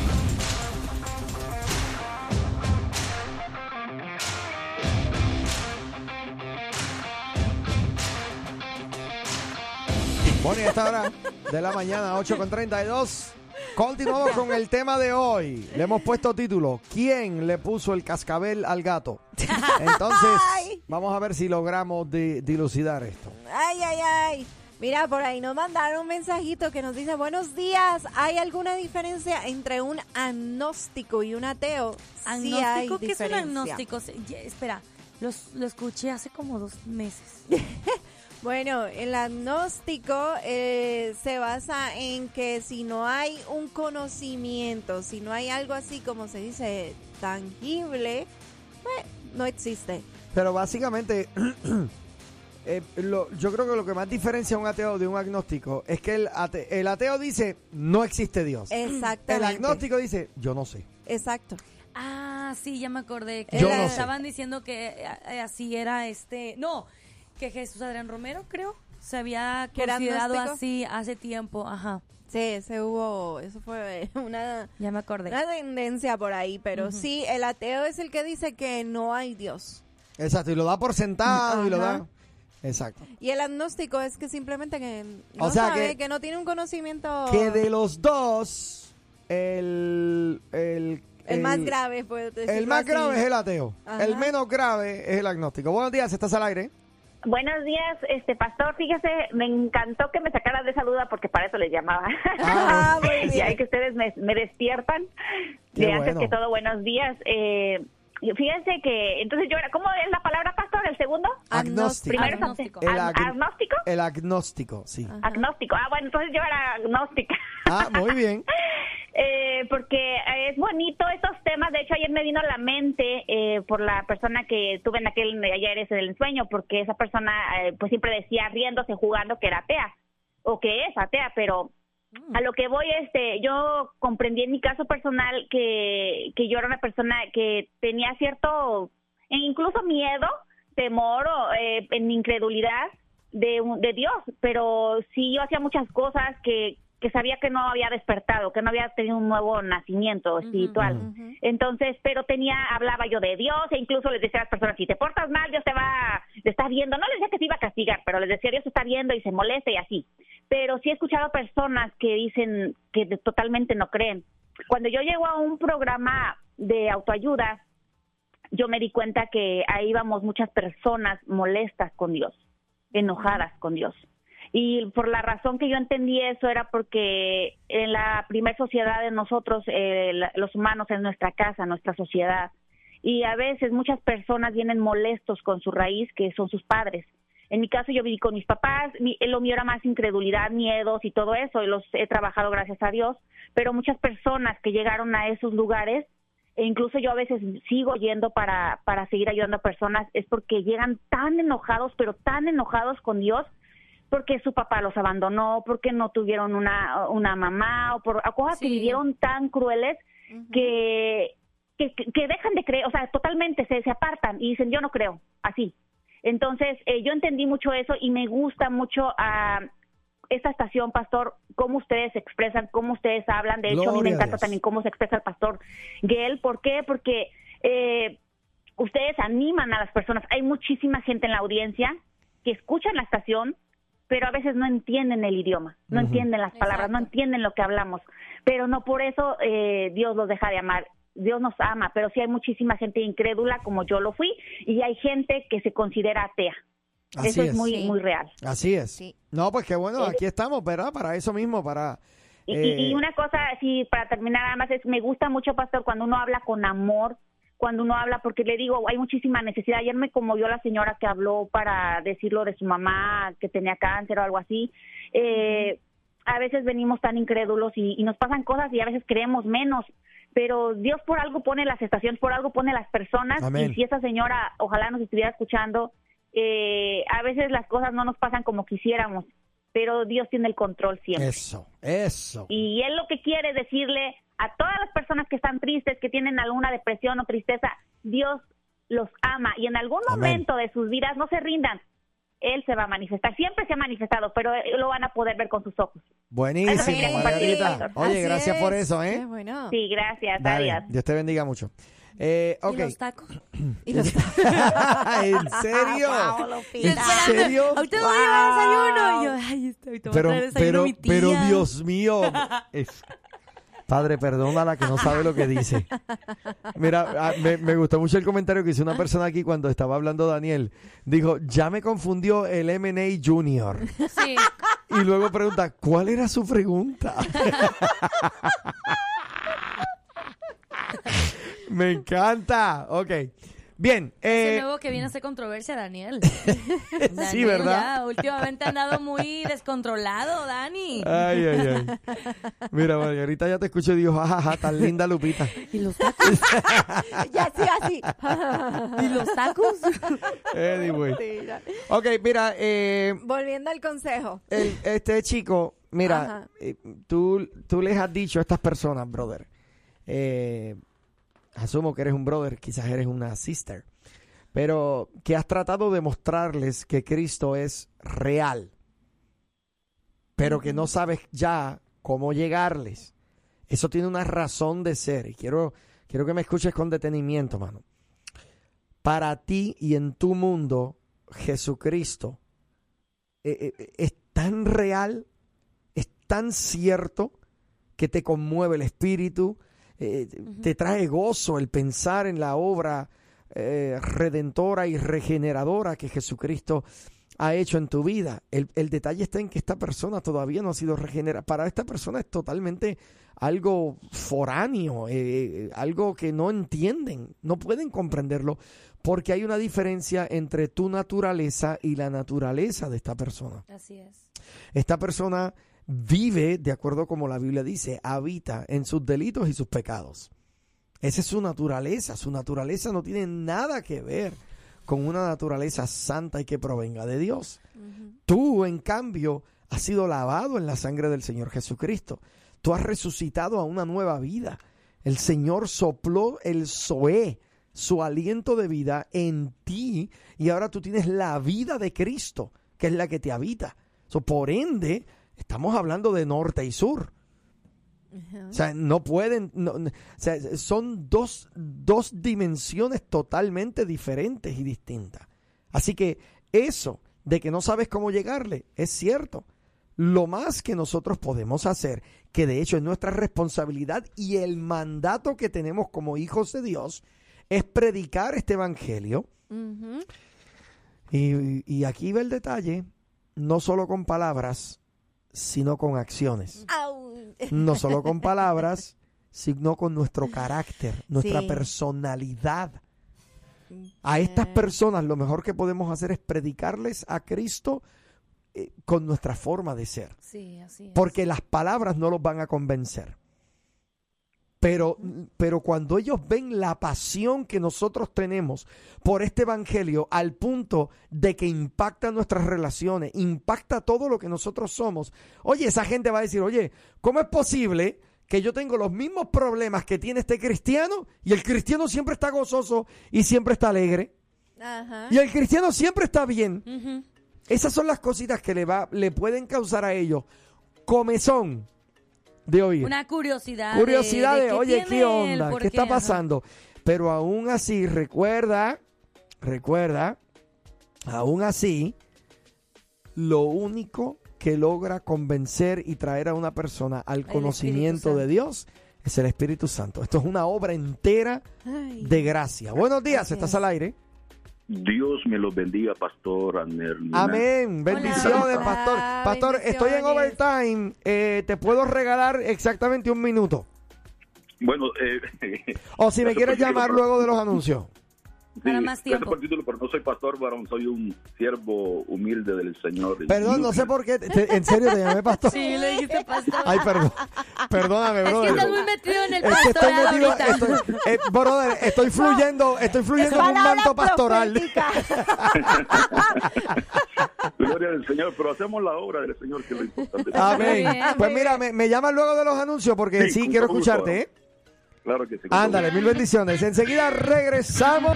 Bueno, y a esta hora de la mañana, ocho con treinta y dos, continuamos con el tema de hoy. Le hemos puesto título, ¿quién le puso el cascabel al gato? Entonces, vamos a ver si logramos di- dilucidar esto. Ay, ay, ay. Mira, por ahí nos mandaron un mensajito que nos dice, buenos días, ¿hay alguna diferencia entre un agnóstico y un ateo? Sí hay ¿Agnóstico? ¿Qué es un diferencia. agnóstico? Se- ya, espera, los, lo escuché hace como dos meses. Bueno, el agnóstico eh, se basa en que si no hay un conocimiento, si no hay algo así como se dice tangible, pues, no existe. Pero básicamente, eh, lo, yo creo que lo que más diferencia a un ateo de un agnóstico es que el, ate, el ateo dice, no existe Dios. Exactamente. El agnóstico dice, yo no sé. Exacto. Ah, sí, ya me acordé. Que Yo no sé. estaban diciendo que eh, así era este... No, que Jesús Adrián Romero, creo, se había ¿Que era considerado agnóstico? así hace tiempo. Ajá. Sí, ese hubo, eso fue una, ya me acordé. una tendencia por ahí, pero Ujú. sí, el ateo es el que dice que no hay Dios. Exacto, y lo da por sentado y lo Ajá. da... Exacto. Y el agnóstico es que simplemente que no O sea, sabe, que- que, no tiene un conocimiento... Que de los dos, el... El, El más grave, pues. El más grave es el ateo. Ajá. El menos grave es el agnóstico. Buenos días, ¿estás al aire? Buenos días, este pastor, fíjese, me encantó que me sacara de esa duda porque para eso les llamaba. Ah, y Ya que ustedes me, me despiertan. Qué de antes bueno. que todo, buenos días. Eh, fíjense que, entonces yo era, ¿cómo es la palabra, pastor, el segundo? Agnóstico. Primero es Agnóstico. El ag- ag- agnóstico. El agnóstico, sí. Agnóstico. Ah, bueno, entonces yo era agnóstica. Ah, muy bien. Eh, porque es bonito estos temas. De hecho, ayer me vino a la mente eh, por la persona que tuve en aquel ayer ese del sueño, porque esa persona eh, pues siempre decía riéndose, jugando que era atea o que es atea, pero a lo que voy, este, yo comprendí en mi caso personal que, que yo era una persona que tenía cierto, e incluso miedo, temor o eh, en mi incredulidad de, de Dios, pero sí yo hacía muchas cosas que que sabía que no había despertado, que no había tenido un nuevo nacimiento espiritual. Uh-huh. Entonces, pero tenía, hablaba yo de Dios, e incluso les decía a las personas, si te portas mal, Dios te va, te está viendo. No les decía que te iba a castigar, pero les decía, Dios te está viendo y se molesta y así. Pero sí he escuchado personas que dicen que de, totalmente no creen. Cuando yo llego a un programa de autoayuda, yo me di cuenta que ahí íbamos muchas personas molestas con Dios, enojadas con Dios. Y por la razón que yo entendí eso era porque en la primer sociedad de nosotros, eh, los humanos, es nuestra casa, nuestra sociedad. Y a veces muchas personas vienen molestos con su raíz, que son sus padres. En mi caso yo viví con mis papás, mi, lo mío era más incredulidad, miedos y todo eso, y los he trabajado gracias a Dios. Pero muchas personas que llegaron a esos lugares, e incluso yo a veces sigo yendo para, para seguir ayudando a personas, es porque llegan tan enojados, pero tan enojados con Dios, porque su papá los abandonó, porque no tuvieron una, una mamá, o por cosas sí. que vivieron tan crueles uh-huh. que, que, que dejan de creer, o sea, totalmente se, se apartan y dicen, yo no creo, así. Entonces, eh, yo entendí mucho eso y me gusta mucho uh, esta estación, pastor, cómo ustedes se expresan, cómo ustedes hablan. De hecho, Gloria a mí me encanta también cómo se expresa el pastor Gael. ¿Por qué? Porque eh, ustedes animan a las personas. Hay muchísima gente en la audiencia que escuchan la estación, pero a veces no entienden el idioma, no uh-huh. entienden las palabras, Exacto. no entienden lo que hablamos, pero no por eso eh, Dios los deja de amar. Dios nos ama, pero sí hay muchísima gente incrédula, como yo lo fui, y hay gente que se considera atea. Así eso es, es muy sí. muy real. Así es. Sí. No, pues qué bueno, aquí estamos, ¿verdad? Para eso mismo, para... Y, eh... y, y una cosa, sí, para terminar, además, es me gusta mucho, pastor, cuando uno habla con amor, cuando uno habla, porque le digo, hay muchísima necesidad. Ayer me conmovió la señora que habló para decirlo de su mamá, que tenía cáncer o algo así. Eh, a veces venimos tan incrédulos y, y nos pasan cosas y a veces creemos menos, pero Dios por algo pone las estaciones, por algo pone las personas. Amén. Y si esa señora ojalá nos estuviera escuchando, eh, a veces las cosas no nos pasan como quisiéramos, pero Dios tiene el control siempre. Eso, eso. Y Él lo que quiere es decirle a todas las personas que están tristes, que tienen alguna depresión o tristeza, Dios los ama y en algún Amén. Momento de sus vidas no se rindan. Él se va a manifestar, siempre se ha manifestado, pero lo van a poder ver con sus ojos. Buenísimo, Margarita. Oye, Así gracias es. por eso, ¿eh? Qué bueno. Sí, gracias, Dale, adiós. Dios te bendiga mucho. Eh, okay. ¿Y los tacos? ¿Y los tacos? ¿En serio? Wow, ¿En serio? Ahorita voy a llevar desayuno. Y yo, ay, estoy tomando Pero, desayuno pero, mi tía. pero Dios mío. Es... Padre, perdónala que no sabe lo que dice. Mira, me, me gustó mucho el comentario que hizo una persona aquí cuando estaba hablando Daniel. Dijo, ya me confundió el M and A Junior. Sí. Y luego pregunta, ¿cuál era su pregunta? Me encanta. Ok. Bien. Eh, eh, nuevo que viene a hacer controversia, Daniel. Daniel sí, ¿verdad? Ya, últimamente ha andado muy descontrolado, Dani. Ay, ay, ay. Mira, Margarita ya te escucho y dijo, jajaja, tan linda Lupita. ¿Y los tacos? Ya sí, así. ¿Y los tacos? Anyway. Ok, mira. Eh, Volviendo al consejo. El, este chico, mira, eh, tú, tú les has dicho a estas personas, brother, eh... asumo que eres un brother, quizás eres una sister, pero que has tratado de mostrarles que Cristo es real, pero que no sabes ya cómo llegarles. Eso tiene una razón de ser y quiero, quiero que me escuches con detenimiento, mano. Para ti y en tu mundo, Jesucristo eh, eh, es tan real, es tan cierto que te conmueve el espíritu. Eh, uh-huh. Te trae gozo el pensar en la obra eh, redentora y regeneradora que Jesucristo ha hecho en tu vida. El, el detalle está en que esta persona todavía no ha sido regenerada. Para esta persona es totalmente algo foráneo, eh, algo que no entienden, no pueden comprenderlo, porque hay una diferencia entre tu naturaleza y la naturaleza de esta persona. Así es. Esta persona vive, de acuerdo como la Biblia dice, habita en sus delitos y sus pecados. Esa es su naturaleza. Su naturaleza no tiene nada que ver con una naturaleza santa y que provenga de Dios. Uh-huh. Tú, en cambio, has sido lavado en la sangre del Señor Jesucristo. Tú has resucitado a una nueva vida. El Señor sopló el Zoé, su aliento de vida, en ti, y ahora tú tienes la vida de Cristo, que es la que te habita. So, por ende, estamos hablando de norte y sur. Uh-huh. O sea, no pueden, no, o sea, son dos, dos dimensiones totalmente diferentes y distintas. Así que eso de que no sabes cómo llegarle es cierto. Lo más que nosotros podemos hacer, que de hecho es nuestra responsabilidad y el mandato que tenemos como hijos de Dios, es predicar este evangelio. Uh-huh. Y, y aquí va el detalle, no solo con palabras, sino con acciones. Au. No solo con palabras, sino con nuestro carácter, nuestra Sí. personalidad. A estas personas lo mejor que podemos hacer es predicarles a Cristo eh, con nuestra forma de ser. Sí, así es. Porque las palabras no los van a convencer. Pero, pero cuando ellos ven la pasión que nosotros tenemos por este evangelio al punto de que impacta nuestras relaciones, impacta todo lo que nosotros somos, oye, esa gente va a decir, oye, ¿cómo es posible que yo tengo los mismos problemas que tiene este cristiano y el cristiano siempre está gozoso y siempre está alegre? Ajá. Y el cristiano siempre está bien. Uh-huh. Esas son las cositas que le, va, le pueden causar a ellos comezón de oír. Una curiosidad. Curiosidad de, de, de qué oye, ¿qué tiene él, onda? por ¿Qué está ajá. pasando? Pero aún así, recuerda, recuerda, aún así, lo único que logra convencer y traer a una persona al El conocimiento Espíritu de Dios es el Espíritu Santo. Esto es una obra entera Ay. de gracia. Buenos días, Así estás es. al aire. Dios me los bendiga, Pastor Aner. Amén. Bendiciones, Hola. pastor. Pastor, estoy en Bendiciones. overtime. Eh, te puedo regalar exactamente un minuto. Bueno, eh, O si me gracias quieres por el llamar título, luego de los anuncios. Para sí, más gracias tiempo. por el título, pero no soy pastor, varón, soy un siervo humilde del Señor. Perdón, no sé por qué. te- en serio te llamé pastor. Sí, le dijiste pastor. Ay, perdón. Perdóname, Es que brother. estás muy metido en el Es que estoy pastorado metido, ahorita. estoy, eh, brother, estoy fluyendo, estoy fluyendo en un Palabra manto pastoral. profética. Gloria del Señor, pero hacemos la obra del Señor, que es lo importante. Amén. Muy bien, Pues muy mira, me, me llaman luego de los anuncios porque sí, Sí, con quiero todo gusto. escucharte, ¿eh? Claro que sí. con Ándale, todo mil bendiciones. Enseguida regresamos.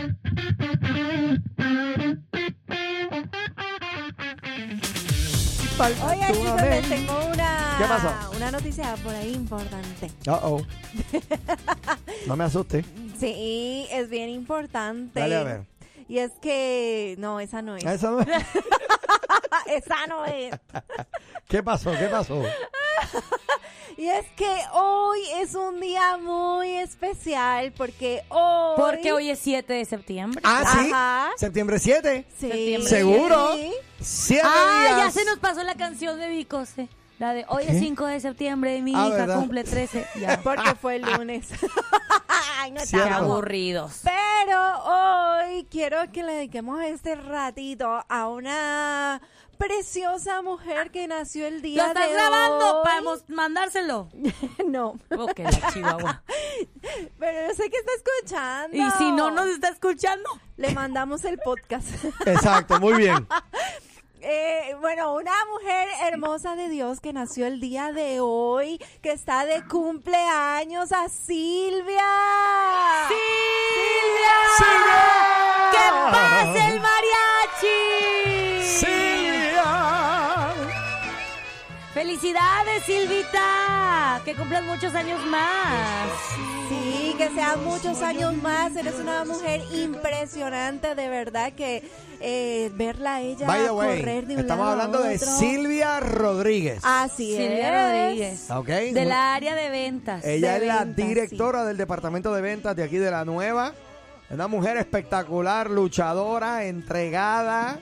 Oye, chicos, les tengo una, ¿Qué pasó? una noticia por ahí importante. Uh-oh. No me asustes. Sí, es bien importante. Dale a ver. Y es que... No, esa no es. Esa no es. Esa no es. ¿Qué pasó? ¿Qué pasó? Y es que hoy es un día muy especial porque hoy... Porque hoy es siete de septiembre. Ah, sí. Ajá. Septiembre siete. Sí. Septiembre ¿Seguro? Sí. Siete Ah, días. ya se nos pasó la canción de Vicose. La de hoy ¿Qué? es cinco de septiembre y mi Ah, hija ¿verdad? cumple trece. Ya. Porque fue el lunes. Ay, no Qué Cierto. estamos. aburridos. Pero hoy quiero que le dediquemos este ratito a una preciosa mujer que nació el ¿Lo día estás de grabando hoy. para mos- mandárselo? No, Ok, la chihuahua. pero yo sé que está escuchando. Y si no nos está escuchando. Le mandamos el podcast. Exacto, muy bien. Eh, bueno, una mujer hermosa de Dios que nació el día de hoy, que está de cumpleaños, a Silvia. ¡Silvia! ¡Silvia! ¡Que pase el mariachi! ¡Silvia! ¡Felicidades, Silvita! Que cumplas muchos años más. Sí, que sean muchos años más. Eres una mujer impresionante, de verdad que eh, verla a ella By the way, correr de un estamos lado a hablando de otro. Silvia Rodríguez. Así Silvia es. Rodríguez. Ok. Del área de ventas. Ella de es la ventas, directora del departamento de ventas de aquí de La Nueva. Una mujer espectacular, luchadora, entregada.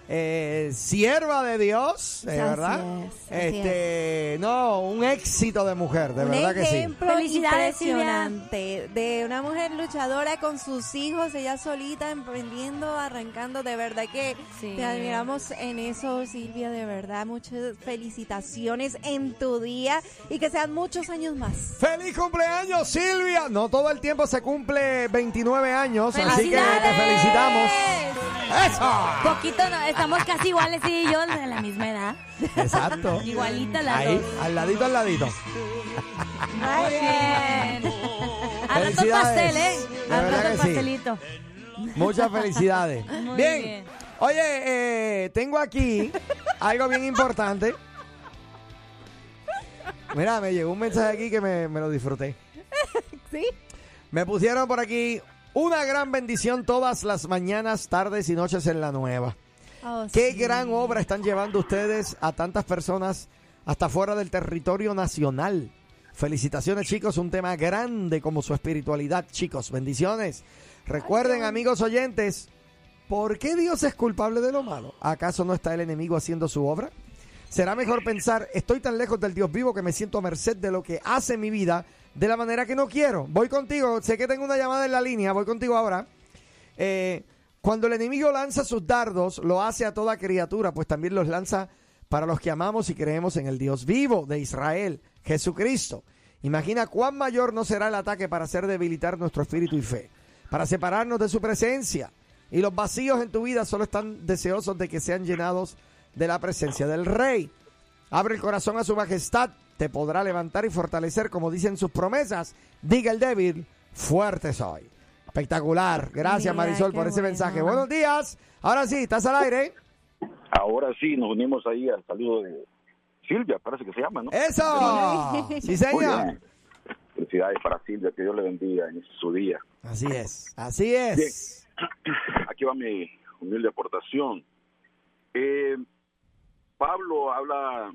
eh, sierva de Dios, eh, ¿verdad? es, así este, no, un éxito de mujer, de un verdad que sí. ejemplo Felicidades, impresionante de una mujer luchadora con sus hijos, ella solita emprendiendo, arrancando, de verdad que Sí. te admiramos en eso, Silvia, de verdad, muchas felicitaciones en tu día y que sean muchos años más. ¡Feliz cumpleaños, Silvia! No todo el tiempo se cumple veintinueve años, así que te ¡Felicidades! felicitamos. ¡Eso! Poquito, no, estamos casi iguales, sí, y yo de la misma edad. Exacto. Igualita las Ahí, dos. al ladito, al ladito. Muy bien. Al rato el Felicidades. pastel, ¿eh? De Al verdad rato el que sí. pastelito. Muchas felicidades. Muy bien. bien. Oye, eh, tengo aquí algo bien importante. Mira, me llegó un mensaje aquí que me, me lo disfruté. ¿Sí? Me pusieron por aquí una gran bendición todas las mañanas, tardes y noches en la nueva. Oh, Qué sí. gran obra están llevando ustedes a tantas personas hasta fuera del territorio nacional. Felicitaciones, chicos, un tema grande como su espiritualidad, chicos. Bendiciones. Recuerden, amigos oyentes, ¿por qué Dios es culpable de lo malo? ¿Acaso no está el enemigo haciendo su obra? Será mejor pensar, estoy tan lejos del Dios vivo que me siento a merced de lo que hace mi vida de la manera que no quiero. Voy contigo, sé que tengo una llamada en la línea, voy contigo ahora. Eh, cuando el enemigo lanza sus dardos, lo hace a toda criatura, pues también los lanza para los que amamos y creemos en el Dios vivo de Israel, Jesucristo. Imagina cuán mayor no será el ataque para hacer debilitar nuestro espíritu y fe, para separarnos de su presencia. Y los vacíos en tu vida solo están deseosos de que sean llenados de la presencia del Rey. Abre el corazón a su majestad, te podrá levantar y fortalecer, como dicen sus promesas. Diga el débil, fuerte soy. Espectacular. Gracias, Mira, Marisol, qué por ese bueno. mensaje. Buenos días. Ahora sí, estás al aire. Ahora sí, nos unimos ahí al saludo de Silvia, parece que se llama, ¿no? ¡Eso! Sí, señor. Muy bien. Felicidades para Silvia, que Dios le bendiga en su día. Así es, así es. Bien. Aquí va mi humilde aportación. Eh, Pablo habla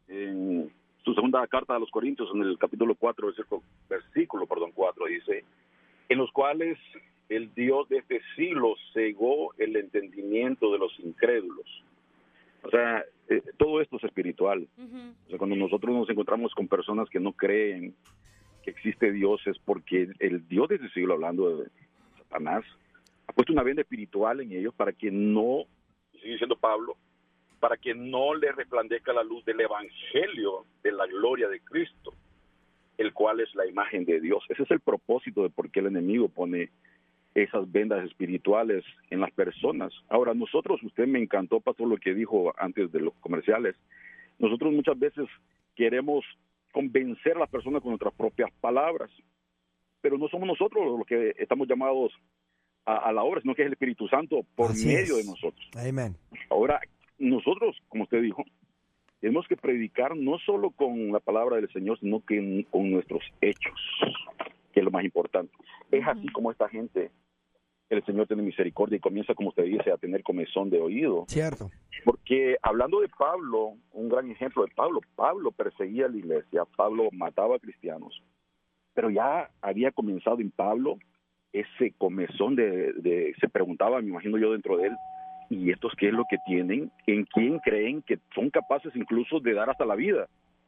en su segunda carta a los Corintios, en el capítulo cuatro, versículo, versículo perdón, cuatro, dice, en los cuales el Dios de este siglo cegó el entendimiento de los incrédulos. O sea, eh, todo esto es espiritual. Uh-huh. O sea, cuando nosotros nos encontramos con personas que no creen que existe Dios, es porque el Dios de este siglo, hablando de Satanás, ha puesto una venda espiritual en ellos para que no, sigue diciendo Pablo, para que no le resplandezca la luz del evangelio de la gloria de Cristo, el cual es la imagen de Dios. Ese es el propósito de por qué el enemigo pone esas vendas espirituales en las personas. Ahora, nosotros, usted me encantó, pastor, lo que dijo antes de los comerciales. Nosotros muchas veces queremos convencer a las personas con nuestras propias palabras, pero no somos nosotros los que estamos llamados a, a la obra, sino que es el Espíritu Santo por Así medio es. de nosotros. Amén. Ahora, nosotros, como usted dijo, tenemos que predicar no solo con la palabra del Señor, sino que con nuestros hechos, que es lo más importante. Es así como esta gente, el Señor tiene misericordia y comienza, como usted dice, a tener comezón de oído. Cierto. Porque hablando de Pablo, un gran ejemplo de Pablo, Pablo perseguía a la iglesia, Pablo mataba a cristianos, pero ya había comenzado en Pablo ese comezón de, de se preguntaba, me imagino yo dentro de él, ¿y estos qué es lo que tienen? ¿En quién creen que son capaces incluso de dar hasta la vida?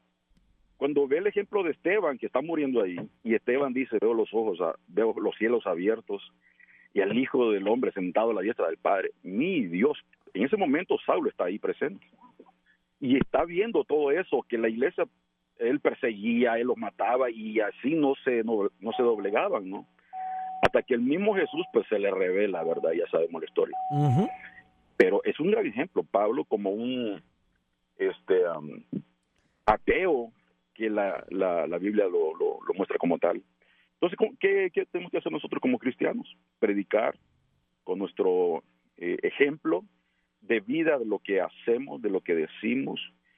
Cuando ve el ejemplo de Esteban, que está muriendo ahí, y Esteban dice, veo los ojos, veo los cielos abiertos, y al Hijo del Hombre sentado a la diestra del Padre, mi Dios, en ese momento Saulo está ahí presente, y está viendo todo eso, que la iglesia, él perseguía, él los mataba, y así no se, no, no se doblegaban, ¿no? Hasta que el mismo Jesús, pues, se le revela, ¿verdad? Ya sabemos la historia. Uh-huh. Pero es un gran ejemplo, Pablo, como un este um, ateo, que la, la, la Biblia lo, lo, lo muestra como tal. Entonces, ¿qué, ¿qué tenemos que hacer nosotros como cristianos? Predicar con nuestro eh, ejemplo de vida, de lo que hacemos, de lo que decimos,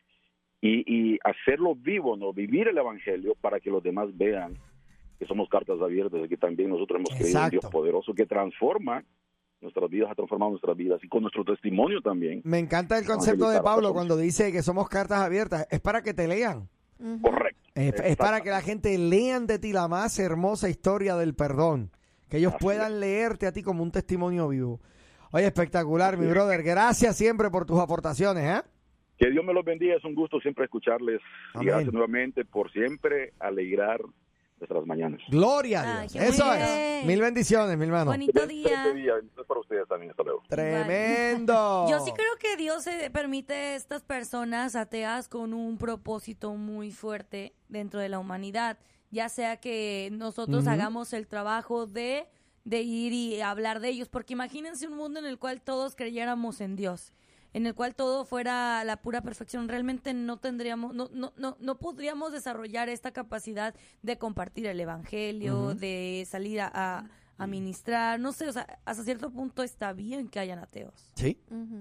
y, y hacerlo vivo, ¿no? Vivir el Evangelio para que los demás vean que somos cartas abiertas, de que también nosotros hemos creído en Dios poderoso, que transforma nuestras vidas, ha transformado nuestras vidas, y con nuestro testimonio también. Me encanta el concepto de Pablo cuando dice que somos cartas abiertas. Es para que te lean. Correcto. Es, es para que la gente lean de ti la más hermosa historia del perdón. Que ellos Así puedan es. leerte a ti como un testimonio vivo. Oye, espectacular, mi brother. Gracias siempre por tus aportaciones, ¿eh? Que Dios me los bendiga, es un gusto siempre escucharles. Amén. Y gracias nuevamente por siempre alegrar nuestras mañanas. Gloria a Ay, Dios. qué Eso bien. es. Mil bendiciones, mi hermano. Bonito día. Este día es para ustedes también, hasta luego. Tremendo. Yo sí creo que Dios se permite a estas personas ateas con un propósito muy fuerte dentro de la humanidad, ya sea que nosotros Ujú. hagamos el trabajo de, de ir y hablar de ellos, porque imagínense un mundo en el cual todos creyéramos en Dios, en el cual todo fuera la pura perfección. Realmente no tendríamos, no, no, no, no podríamos desarrollar esta capacidad de compartir el evangelio, Ujú. de salir a, a, a ministrar, no sé, o sea, hasta cierto punto está bien que hayan ateos. Sí.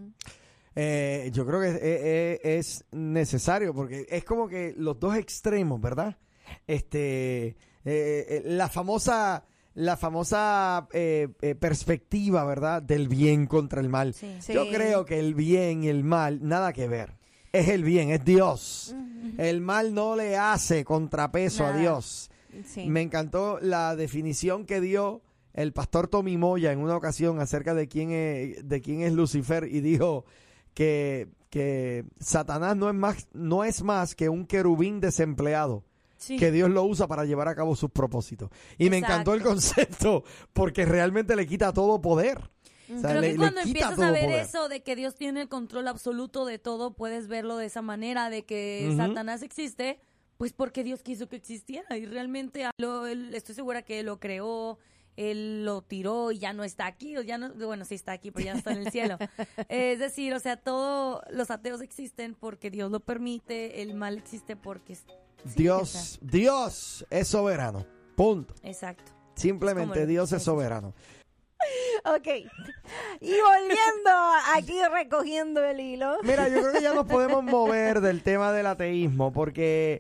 Eh, yo creo que es, es- es necesario porque es como que los dos extremos, ¿verdad? Este, eh, eh, la famosa, la famosa eh, eh, perspectiva, ¿verdad? Del bien contra el mal. Sí. Yo Sí. creo que el bien y el mal nada que ver. Es el bien, es Dios. El mal no le hace contrapeso a Nada. Dios. Sí. Me encantó la definición que dio el pastor Tommy Moya en una ocasión acerca de quién es, de quién es Lucifer y dijo que, que Satanás no es más, no es más que un querubín desempleado. Sí. Que Dios lo usa para llevar a cabo sus propósitos. Y me Exacto. encantó el concepto porque realmente le quita todo poder. O sea, Creo le- que le cuando quita empiezas todo a ver poder. eso de que Dios tiene el control absoluto de todo, puedes verlo de esa manera, de que Ujú. Satanás existe, pues porque Dios quiso que existiera. Y realmente lo- él- estoy segura que él lo creó, él lo tiró y ya no está aquí, o ya no, bueno, sí está aquí, pero ya no está en el cielo. Es decir, o sea, todos los ateos existen porque Dios lo permite, el mal existe porque... sí, Dios, o sea, Dios es soberano. Punto. exacto. Simplemente Es como lo Dios dice es soberano. Ok. Y volviendo aquí recogiendo el hilo. Mira, yo creo que ya nos podemos mover del tema del ateísmo porque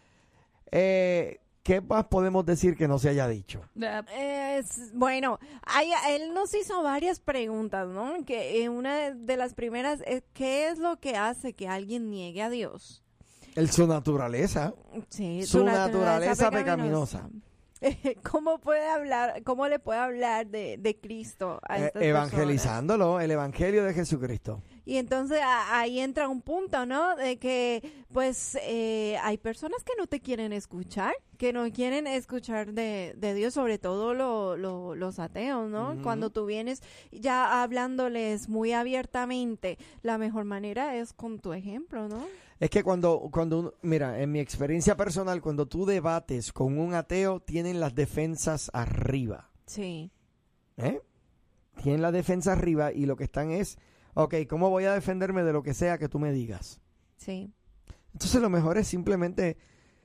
eh, ¿qué más podemos decir que no se haya dicho? Es- bueno, hay- él nos hizo varias preguntas, ¿no? Que eh, una de las primeras es ¿qué es lo que hace que alguien niegue a Dios? El, su naturaleza. Sí, Su su naturaleza naturaleza pecaminosa. ¿Cómo puede hablar, cómo le puede hablar de, de Cristo a Eh, estas evangelizándolo, el evangelio de Jesucristo. Y entonces a- ahí entra un punto, ¿no? De que, pues, eh, hay personas que no te quieren escuchar, que no quieren escuchar de, de Dios, sobre todo lo- lo- los ateos, ¿no? Ujú. Cuando tú vienes ya hablándoles muy abiertamente, la mejor manera es con tu ejemplo, ¿no? Es que cuando, cuando uno- mira, en mi experiencia personal, cuando tú debates con un ateo, tienen las defensas arriba. Sí. ¿Eh? Tienen la defensa arriba y lo que están es, ok, ¿cómo voy a defenderme de lo que sea que tú me digas? Sí. Entonces lo mejor es simplemente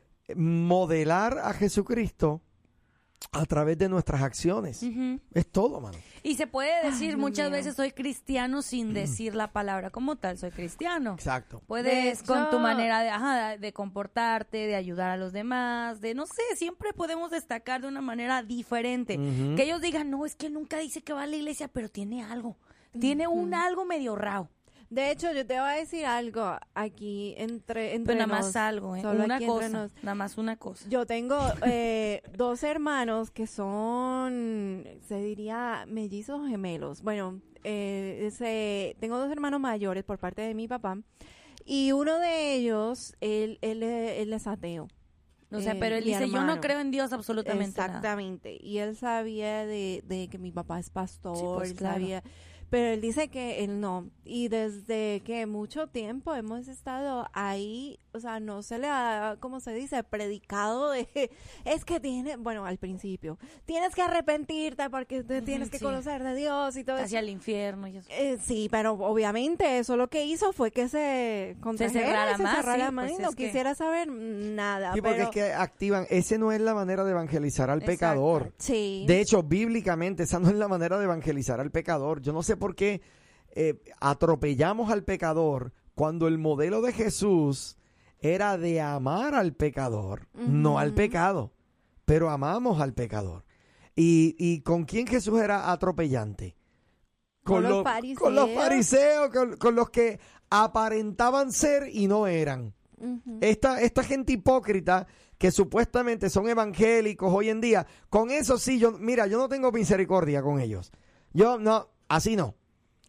modelar a Jesucristo a través de nuestras acciones. Ujú. Es todo, mano. Y se puede decir Dios muchas mío. veces soy cristiano sin decir la palabra como tal, soy cristiano. Exacto. Puedes De con tu hecho- manera de, ajá, de comportarte, de ayudar a los demás, de no sé, siempre podemos destacar de una manera diferente. Ujú. Que ellos digan, no, es que él nunca dice que va a la iglesia, pero tiene algo. Tiene un algo medio raro. De hecho, yo te voy a decir algo aquí entre, entre Pero nada nos, más algo, ¿eh? solo Una aquí entre cosa, nos. nada más una cosa. Yo tengo eh, dos hermanos que son, se diría, mellizos gemelos. Bueno, eh, ese, tengo dos hermanos mayores por parte de mi papá y uno de ellos, él, él, él es ateo. O sea, Eh, pero él mi dice, yo no hermano. creo en Dios absolutamente nada. Exactamente. Y él sabía de, de que mi papá es pastor, Sí, pues, él claro. sabía, pero él dice que él no. Y desde que mucho tiempo hemos estado ahí, o sea, no se le ha, ¿cómo se dice? Predicado de, es que tiene, bueno, al principio, tienes que arrepentirte porque te tienes que sí. conocer de Dios y todo eso. Hacia el infierno y eso. Eh, sí, pero obviamente eso lo que hizo fue que se contrajera, cerrara se más, cerrara sí, más pues y no es que- quisiera saber nada. Sí, porque pero, es que activan, ese no es la manera de evangelizar al Exacto. pecador. Sí. De hecho, bíblicamente, esa no es la manera de evangelizar al pecador. Yo no sé por qué eh, atropellamos al pecador cuando el modelo de Jesús era de amar al pecador, no al pecado, pero amamos al pecador. ¿Y, y con quién Jesús era atropellante? Con los lo- fariseos. Con los fariseos, con, con los que aparentaban ser y no eran. Ujú. Esta, esta gente hipócrita que supuestamente son evangélicos hoy en día, con eso sí, yo, mira, yo no tengo misericordia con ellos. Yo no, así no.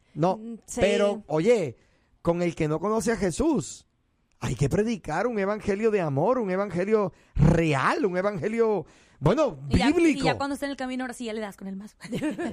No, Sí. pero, oye, con el que no conoce a Jesús, hay que predicar un evangelio de amor, un evangelio real, un evangelio, bueno, Y ya, bíblico. y ya cuando está en el camino, ahora sí ya le das con el más.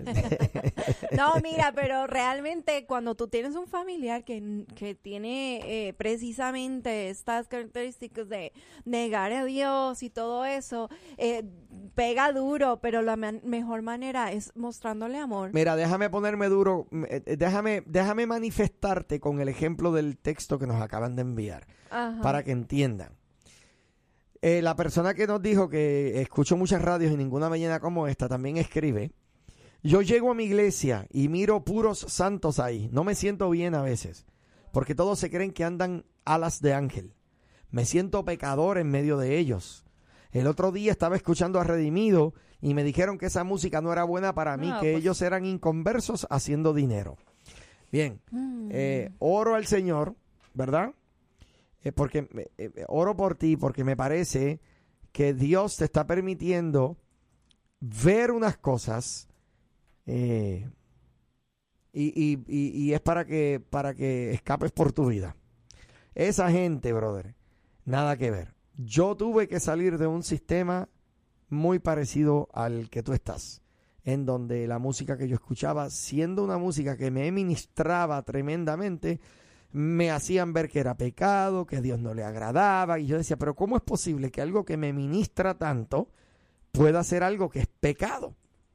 No, mira, pero realmente cuando tú tienes un familiar que, que tiene eh, precisamente estas características de negar a Dios y todo eso, eh, pega duro, pero la man- mejor manera es mostrándole amor. Mira, déjame ponerme duro, eh, eh, déjame, déjame manifestarte con el ejemplo del texto que nos acaban de enviar, Ajá. para que entiendan. Eh, la persona que nos dijo que escucho muchas radios y ninguna me llena como esta, también escribe: yo llego a mi iglesia y miro puros santos ahí. No me siento bien a veces, porque todos se creen que andan alas de ángel. Me siento pecador en medio de ellos. El otro día estaba escuchando a Redimido y me dijeron que esa música no era buena para mí, No, que pues. ellos eran inconversos haciendo dinero. Bien, Mm. eh, oro al Señor, ¿verdad? Eh, porque eh, eh, oro por ti, porque me parece que Dios te está permitiendo ver unas cosas eh, y, y- y- y es para que, para que escapes por tu vida. Esa gente, brother, nada que ver. Yo tuve que salir de un sistema muy parecido al que tú estás, en donde la música que yo escuchaba, siendo una música que me ministraba tremendamente, me hacían ver que era pecado, que a Dios no le agradaba, y yo decía, pero ¿cómo es posible que algo que me ministra tanto pueda ser algo que es pecado?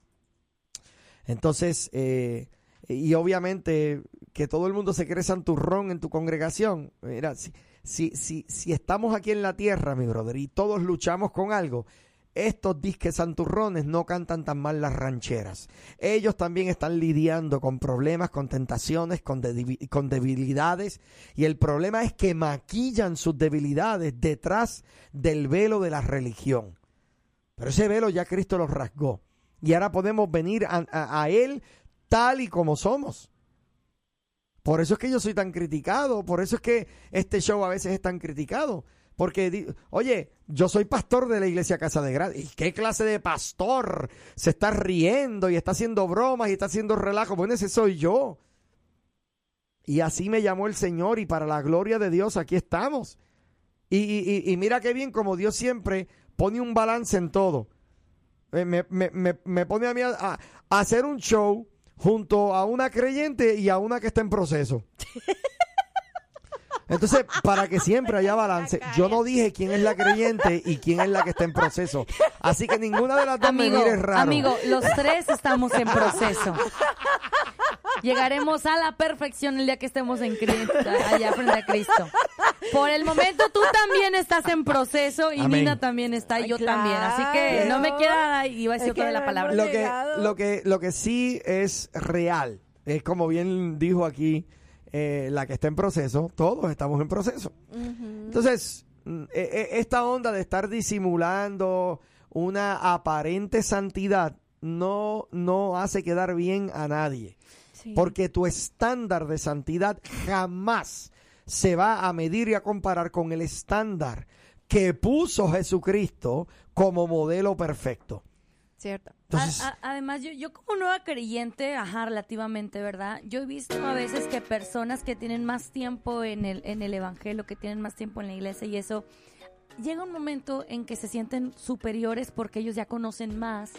Entonces, eh, y obviamente que todo el mundo se cree santurrón en tu congregación. Mira, si, si, si, si estamos aquí en la tierra, mi brother, y todos luchamos con algo, estos disques santurrones no cantan tan mal las rancheras. Ellos también están lidiando con problemas, con tentaciones, con, de- con debilidades. Y el problema es que maquillan sus debilidades detrás del velo de la religión. Pero ese velo ya Cristo lo rasgó. Y ahora podemos venir a, a, a Él tal y como somos. Por eso es que yo soy tan criticado. Por eso es que este show a veces es tan criticado. Porque, di- oye, yo soy pastor de la iglesia Casa de Gracia. ¿Y qué clase de pastor se está riendo y está haciendo bromas y está haciendo relajo? Bueno, ese soy yo. Y así me llamó el Señor y para la gloria de Dios aquí estamos. Y, y, y- y mira qué bien como Dios siempre pone un balance en todo. Eh, Me, me, me, me pone a mí a, a- a hacer un show junto a una creyente y a una que está en proceso. Entonces, para que siempre haya balance, yo no dije quién es la creyente y quién es la que está en proceso. Así que ninguna de las dos Amigo, me mires raro. amigo, los tres estamos en proceso. Llegaremos a la perfección el día que estemos en Cristo, allá frente a Cristo. Por el momento tú también estás en proceso y Amén. Nina también está y yo Claro. también. Así que no me quiera, iba a decir Es que otra vez la no palabra. hemos Lo que, llegado. lo, que, lo que sí es real, es como bien dijo aquí eh, la que está en proceso, todos estamos en proceso. Entonces, mm, eh, eh, esta onda de estar disimulando una aparente santidad no, no hace quedar bien a nadie. Sí. Porque tu estándar de santidad jamás se va a medir y a comparar con el estándar que puso Jesucristo como modelo perfecto. Cierto. Entonces, A- a- además, yo, yo como nueva creyente, ajá, relativamente, ¿verdad? Yo he visto a veces que personas que tienen más tiempo en el, en el evangelio, que tienen más tiempo en la iglesia y eso, llega un momento en que se sienten superiores porque ellos ya conocen más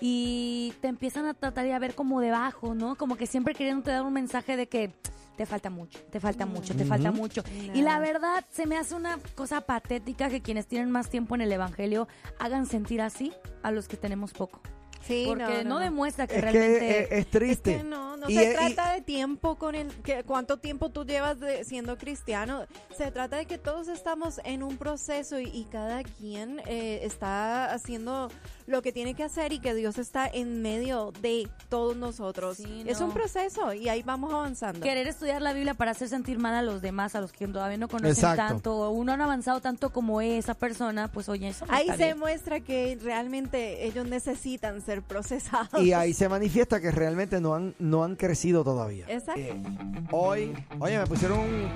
y te empiezan a tratar y a ver como debajo, ¿no? Como que siempre queriendo dar un mensaje de que te falta mucho, te falta mucho, te falta Ujú. mucho. Y la verdad, se me hace una cosa patética que quienes tienen más tiempo en el evangelio hagan sentir así a los que tenemos poco. Sí, Porque no, no, no. demuestra que es realmente... que es, es triste. Es que no, no Y- se y- trata de tiempo con el que cuánto tiempo tú llevas de, siendo cristiano. Se trata de que todos estamos en un proceso y, y cada quien eh, está haciendo lo que tiene que hacer y que Dios está en medio de todos nosotros. Sí, Es no. un proceso y ahí vamos avanzando. Querer estudiar la Biblia para hacer sentir mal a los demás, a los que todavía no conocen Exacto. tanto, o no han avanzado tanto como esa persona, pues oye, eso no Ahí está se bien. muestra que realmente ellos necesitan ser procesados. Y ahí se manifiesta que realmente no han, no han crecido todavía. Exacto. Eh, hoy, oye, me pusieron un,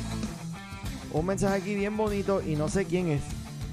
un mensaje aquí bien bonito y no sé quién es.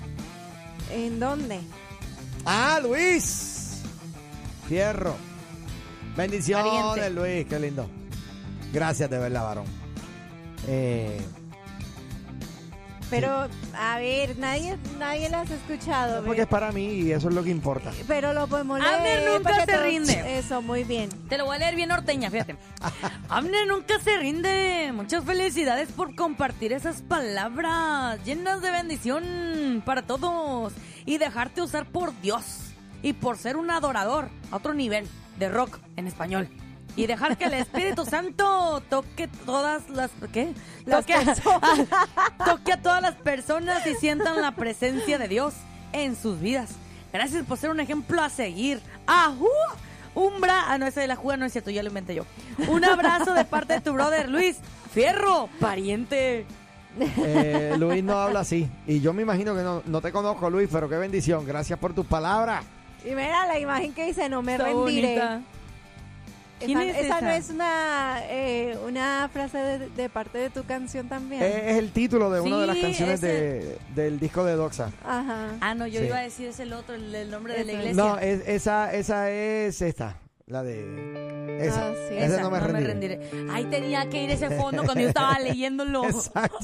¿En dónde? ¡Ah, Luis! Fierro. Bendiciones, Pariente. Luis, qué lindo. Gracias de verdad, varón. Eh, Pero, a ver, nadie nadie las ha escuchado. porque es para mí y eso es lo que importa. Pero lo podemos leer. Abner nunca para que se todos- rinde. Eso, muy bien. Te lo voy a leer bien norteña, fíjate. Abner nunca se rinde. Muchas felicidades por compartir esas palabras llenas de bendición para todos y dejarte usar por Dios y por ser un adorador a otro nivel de rock en español. Y dejar que el Espíritu Santo toque todas las... ¿Qué? Las Toque a, toque a todas las personas y sientan la presencia de Dios en sus vidas. Gracias por ser un ejemplo a seguir. ¡Ajú! Un bra... Ah, no, ese de la juga no es cierto, ya lo inventé yo. Un abrazo de parte de tu brother Luis Fierro, pariente. Eh, Luis no habla así. Y yo me imagino que no, no te conozco, Luis, pero qué bendición. Gracias por tus palabras. Y mira la imagen que dice, no me Está rendiré. bonita. ¿Quién Esa, es esa esa? no es una, eh, una frase de, de parte de tu canción también. Es, es el título de una de las Sí, canciones ese- de, del disco de Doxa. Ajá. Ah, no, yo Sí. iba a decir es el otro, el, el nombre de la Eso. iglesia. No, es, esa, esa es esta. La de... Esa. Ah, sí. Esa, Esa, no me rendiré. Ahí tenía que ir ese fondo cuando yo estaba leyéndolo. Exacto.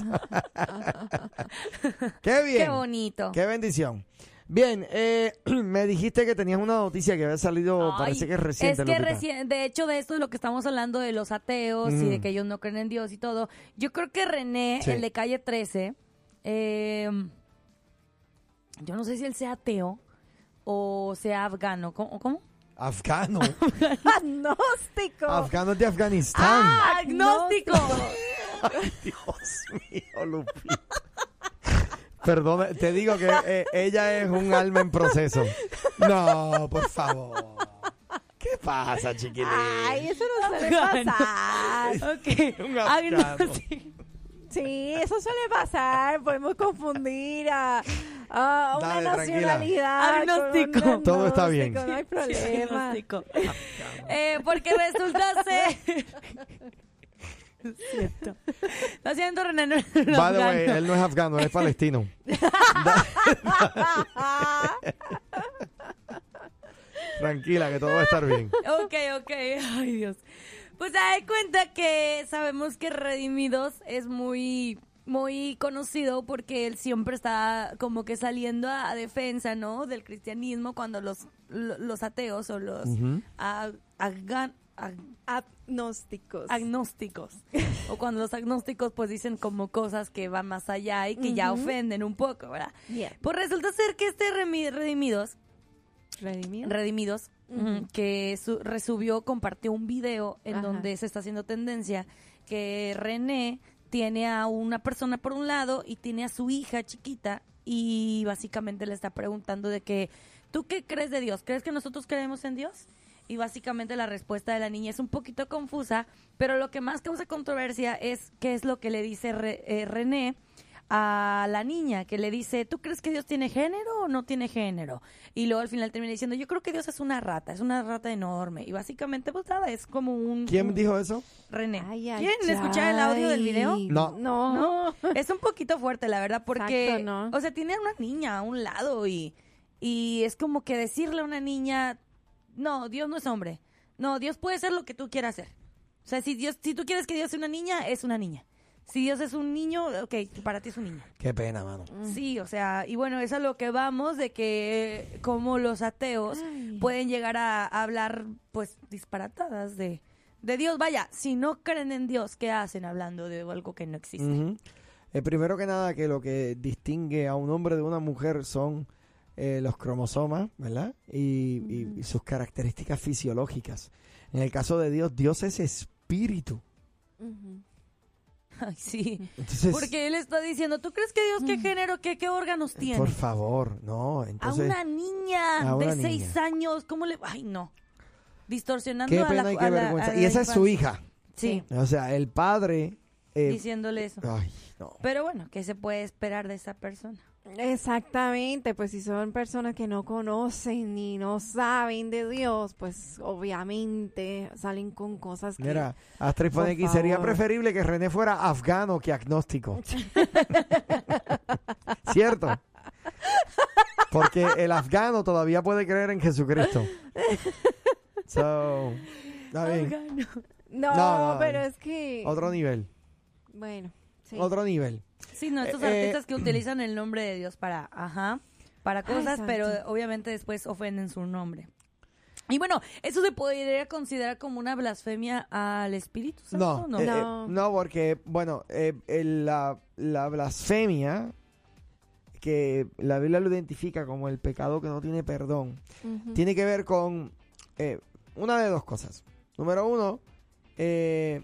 Qué bien. Qué bonito. Qué bendición. Bien, eh, me dijiste que tenías una noticia que había salido, Ay, parece que es reciente. Es que Lupita. recién, de hecho, de esto es lo que estamos hablando de los ateos y Mm. de que ellos no creen en Dios y todo. Yo creo que René, Sí. el de calle trece, eh, yo no sé si él sea ateo o sea afgano. ¿Cómo? ¿Cómo? Afgano. Agnóstico. Afgano de Afganistán. ¡Ah, agnóstico! Ay, Dios mío, Lupita. Perdón, te digo que eh, ella es un alma en proceso. No, por favor. ¿Qué pasa, chiquilín? Ay, eso no suele pasar. Ok. Un afgano. Agnóstico. Sí, eso suele pasar. Podemos confundir a, a una Dale, tranquila. nacionalidad. Agnóstico. con un Todo está bien. agnóstico, No hay problema. Agnóstico. Eh, porque resulta ser... Cierto. Está haciendo René. No, no, no, By the way, afgano. él no es afgano, él es palestino. Tranquila, que todo va a estar bien. Ok, ok. Ay, Dios. Pues se da cuenta que sabemos que Redimidos es muy, muy conocido porque él siempre está como que saliendo a, a defensa, ¿no? Del cristianismo cuando los, lo- los ateos o los Ujú. ag- agan- ag- Agnósticos. agnósticos o cuando los agnósticos pues dicen como cosas que van más allá y que ya Ujú. ofenden un poco, ¿verdad? Yeah. Pues resulta ser que este remi- Redimidos Redimido. Redimidos, Ujú. ujú, que su- resubió, compartió un video en Ajá. donde se está haciendo tendencia que René tiene a una persona por un lado y tiene a su hija chiquita y básicamente le está preguntando de que, ¿tú qué crees de Dios? ¿Crees que nosotros creemos en Dios? Y básicamente la respuesta de la niña es un poquito confusa, pero lo que más causa controversia es qué es lo que le dice Re- eh, René a la niña, que le dice, ¿tú crees que Dios tiene género o no tiene género? Y luego al final termina diciendo, yo creo que Dios es una rata, es una rata enorme. Y básicamente, pues nada, es como un... ¿Quién un- dijo eso? René. Ay, ay, ¿Quieren escuchar el audio del video? No. No. No, es un poquito fuerte, la verdad, porque, Exacto, ¿no? o sea, tiene a una niña a un lado y, y es como que decirle a una niña, no, Dios no es hombre. No, Dios puede ser lo que tú quieras ser. O sea, si Dios, si tú quieres que Dios sea una niña, es una niña. Si Dios es un niño, ok, para ti es un niño. Qué pena, mano. Sí, o sea, y bueno, es a lo que vamos de que eh, como los ateos pueden llegar a, a hablar, pues, disparatadas de, de Dios. Vaya, si no creen en Dios, ¿qué hacen hablando de algo que no existe? Ujú. Eh, primero que nada, que lo que distingue a un hombre de una mujer son eh, los cromosomas, ¿verdad? Y, y- y sus características fisiológicas. En el caso de Dios, Dios es espíritu. Ujú. Ay, sí. Entonces, Porque él está diciendo, ¿tú crees que Dios qué género, qué, qué órganos tiene? por favor, no. Entonces, a una niña a una de seis niña. años, ¿cómo le...? Ay, no. Distorsionando qué a la pena y qué a la- vergüenza. a Y la esa es su infancia. hija. Sí, O sea, el padre... eh, diciéndole eso. ay, no. Pero bueno, ¿qué se puede esperar de esa persona? Exactamente, pues si son personas que no conocen ni no saben de Dios, pues obviamente salen con cosas que... Mira, Astrid Por pone aquí, sería favor. preferible que René fuera afgano que agnóstico. ¿Cierto? Porque el afgano todavía puede creer en Jesucristo. So, está bien. Afgano. No, No, no, pero es que... Otro nivel. Bueno, sí. Otro nivel. Sí, no, estos Eh, artistas eh, que utilizan el nombre de Dios para, ajá, para cosas, Ay, pero santo. obviamente después ofenden su nombre. Y bueno, ¿eso se podría considerar como una blasfemia al Espíritu Santo? No, eh, eh, no, porque, bueno, eh, el- la, la blasfemia, que la Biblia lo identifica como el pecado que no tiene perdón, Ujú. tiene que ver con eh, una de dos cosas. Número uno, eh,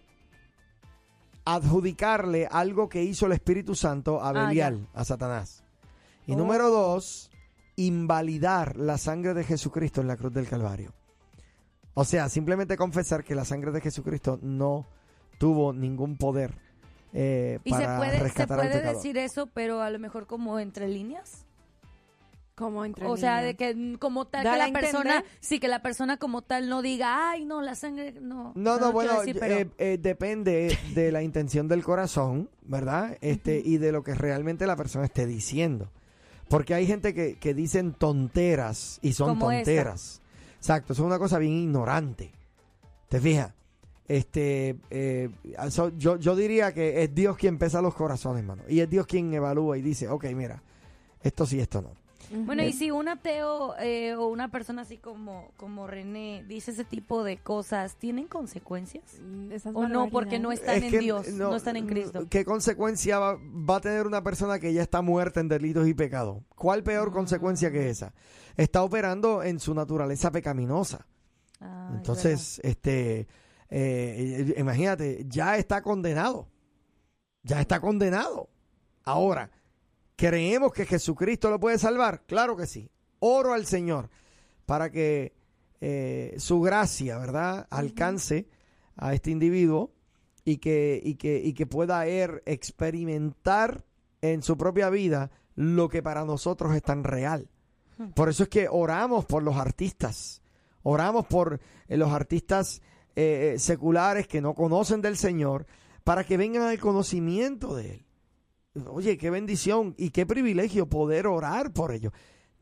adjudicarle algo que hizo el Espíritu Santo a Ah, Belial, a Satanás. Y Oh. número dos, invalidar la sangre de Jesucristo en la cruz del Calvario. O sea, simplemente confesar que la sangre de Jesucristo no tuvo ningún poder eh, ¿Y se para puede, se rescatar al puede pecador. decir eso, pero a lo mejor como entre líneas? Como entre O sea, de líneas. que mm, como tal, Dar que a la persona, entender. sí, que la persona como tal no diga, ay, no, la sangre, no. No, O sea, no, quiero bueno, decir, pero- eh, eh, depende de la intención del corazón, ¿verdad? Este, y de lo que realmente la persona esté diciendo. Porque hay gente que, que dicen tonteras y son Como esta. tonteras. Exacto, eso es una cosa bien ignorante. ¿Te fijas? Este, eh, eso- yo, yo diría que es Dios quien pesa los corazones, hermano. Y es Dios quien evalúa y dice, ok, mira, esto sí, esto no. Bueno, Eh, y si un ateo eh, o una persona así como, como René dice ese tipo de cosas, ¿tienen consecuencias? Esas ¿O no? Porque no están Es en que Dios, no, están en Cristo. ¿Qué consecuencia va, va a tener una persona que ya está muerta en delitos y pecados? ¿Cuál peor consecuencia que esa? Está operando en su naturaleza pecaminosa. Ah, Entonces, este, eh, imagínate, ya está condenado. Ya está condenado. Ahora, ¿creemos que Jesucristo lo puede salvar? Claro que sí. Oro al Señor para que eh, su gracia, ¿verdad?, alcance a este individuo y que, y que, y que pueda él experimentar en su propia vida lo que para nosotros es tan real. Por eso es que oramos por los artistas. Oramos por eh, los artistas eh, seculares que no conocen del Señor para que vengan al conocimiento de Él. Oye, qué bendición y qué privilegio poder orar por ellos.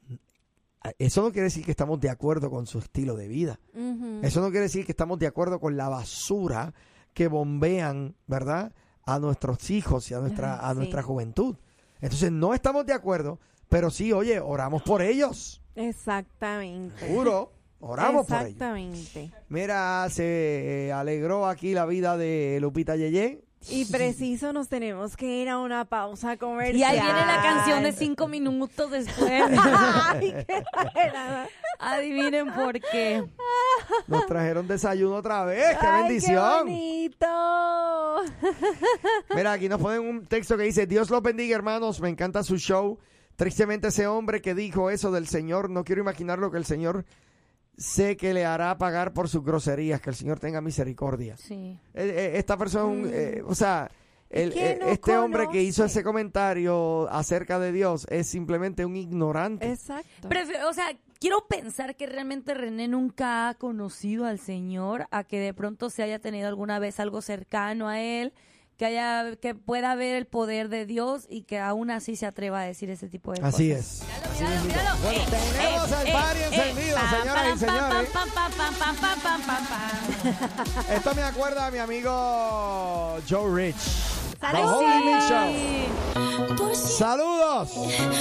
Eso no quiere decir que estamos de acuerdo con su estilo de vida. Ujú. Eso no quiere decir que estamos de acuerdo con la basura que bombean, ¿verdad?, a nuestros hijos y a nuestra, a Sí. nuestra juventud. Entonces no estamos de acuerdo, pero sí, oye, oramos por ellos. Exactamente. Seguro, oramos por ellos. Exactamente. Mira, se eh, alegró aquí la vida de Lupita Yeye. Y preciso nos tenemos que ir a una pausa comercial. Y ahí viene la canción de cinco minutos después. Ay, qué exagerada. Adivinen por qué. Nos trajeron desayuno otra vez. ¡Qué Ay, bendición! ¡Qué bonito! Mira, aquí nos ponen un texto que dice: Dios los bendiga, hermanos, me encanta su show. Tristemente ese hombre que dijo eso del Señor, no quiero imaginar lo que el Señor sé que le hará pagar por sus groserías, que el Señor tenga misericordia. Sí. Eh, eh, esta persona, un, eh, o sea, el- que eh, no este hombre que hizo conoce. ese comentario acerca de Dios es simplemente un ignorante. Exacto. Prefi- o sea, quiero pensar que realmente René nunca ha conocido al Señor, a que de pronto se haya tenido alguna vez algo cercano a él, que haya, que pueda ver el poder de Dios y que aún así se atreva a decir ese tipo de Así cosas. es. Míralo, míralo. Bueno, Eh, tenemos eh, el eh, party eh, encendido, pam, señoras y pam, señores. pam, pam, pam, pam, pam, pam, pam, pam. Esto me acuerda a mi amigo Joe Rich. The ¡Saludos! Holy Mix Show. ¡Saludos!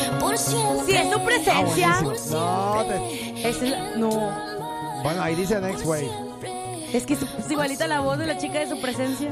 Si es tu presencia. Ah, buenísimo. No, te- Es la- no. Bueno, ahí dice Next Wave. Es que es es igualita la voz de la chica de su presencia.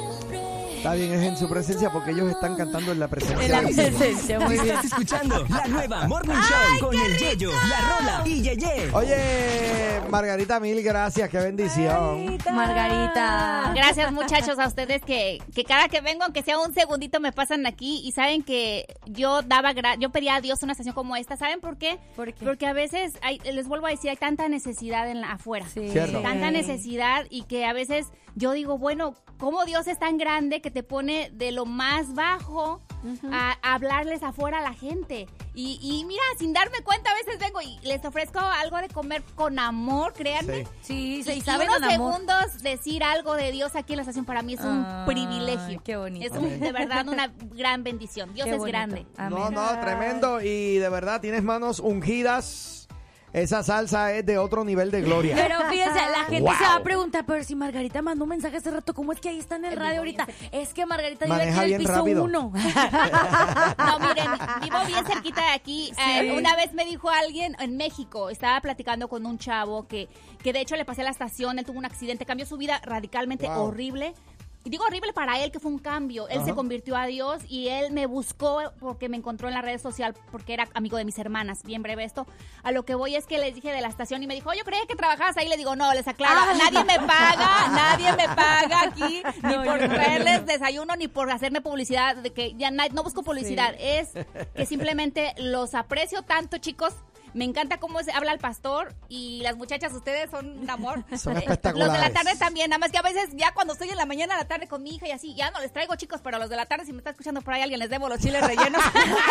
Está bien, es en su presencia porque ellos están cantando en la presencia. En la de Dios. presencia, muy bien. Estás escuchando la nueva Morning Show con el Yeyo, la Rola y Yeye. Oye, Margarita, mil gracias, qué bendición. Margarita. Gracias, muchachos, a ustedes que, que cada que vengo, aunque sea un segundito, me pasan aquí y saben que yo daba gra- yo pedía a Dios una estación como esta. ¿Saben por qué? ¿Por qué? Porque a veces, hay, les vuelvo a decir, hay tanta necesidad en la, afuera. Sí. Cierto. Tanta necesidad y que a veces yo digo, bueno, ¿cómo Dios es tan grande que te pone de lo más bajo a, a hablarles afuera a la gente? Y, y mira, sin darme cuenta, a veces vengo y les ofrezco algo de comer con amor, créanme. Sí, sí, Y, y saben unos con amor. segundos decir algo de Dios aquí en la estación para mí es un Ay, privilegio. qué bonito. Es un- de verdad una gran bendición. Dios Qué es bonito. grande. No, no, tremendo. Y de verdad tienes manos ungidas. esa salsa es de otro nivel de gloria. Pero fíjense, la gente Wow. se va a preguntar, pero si Margarita mandó un mensaje hace rato, ¿cómo es que ahí está en el radio ahorita? Es que Margarita vive Maneja aquí en el bien piso rápido. uno. No, miren, vivo bien cerquita de aquí. Sí. Eh, una vez me dijo alguien en México, estaba platicando con un chavo que, que de hecho le pasé a la estación, él tuvo un accidente, cambió su vida radicalmente Wow. horrible. Y digo horrible para él, que fue un cambio. Él Ajá. se convirtió a Dios y él me buscó porque me encontró en la red social, porque era amigo de mis hermanas. Bien breve esto. A lo que voy es que les dije de la estación y me dijo, yo creía que trabajabas ahí. Le digo, no, les aclaro, Ah. nadie me paga, nadie me paga aquí, ni No, por yo no. traerles desayuno, ni por hacerme publicidad, de que ya na- no busco publicidad. Sí. Es que simplemente los aprecio tanto, chicos. Me encanta cómo se habla el pastor y las muchachas, ustedes son un amor. Son Eh, espectaculares. Los de la tarde también, nada más que a veces ya cuando estoy en la mañana, a la tarde con mi hija y así, ya no les traigo, chicos, pero los de la tarde, si me está escuchando por ahí alguien, les debo los chiles rellenos.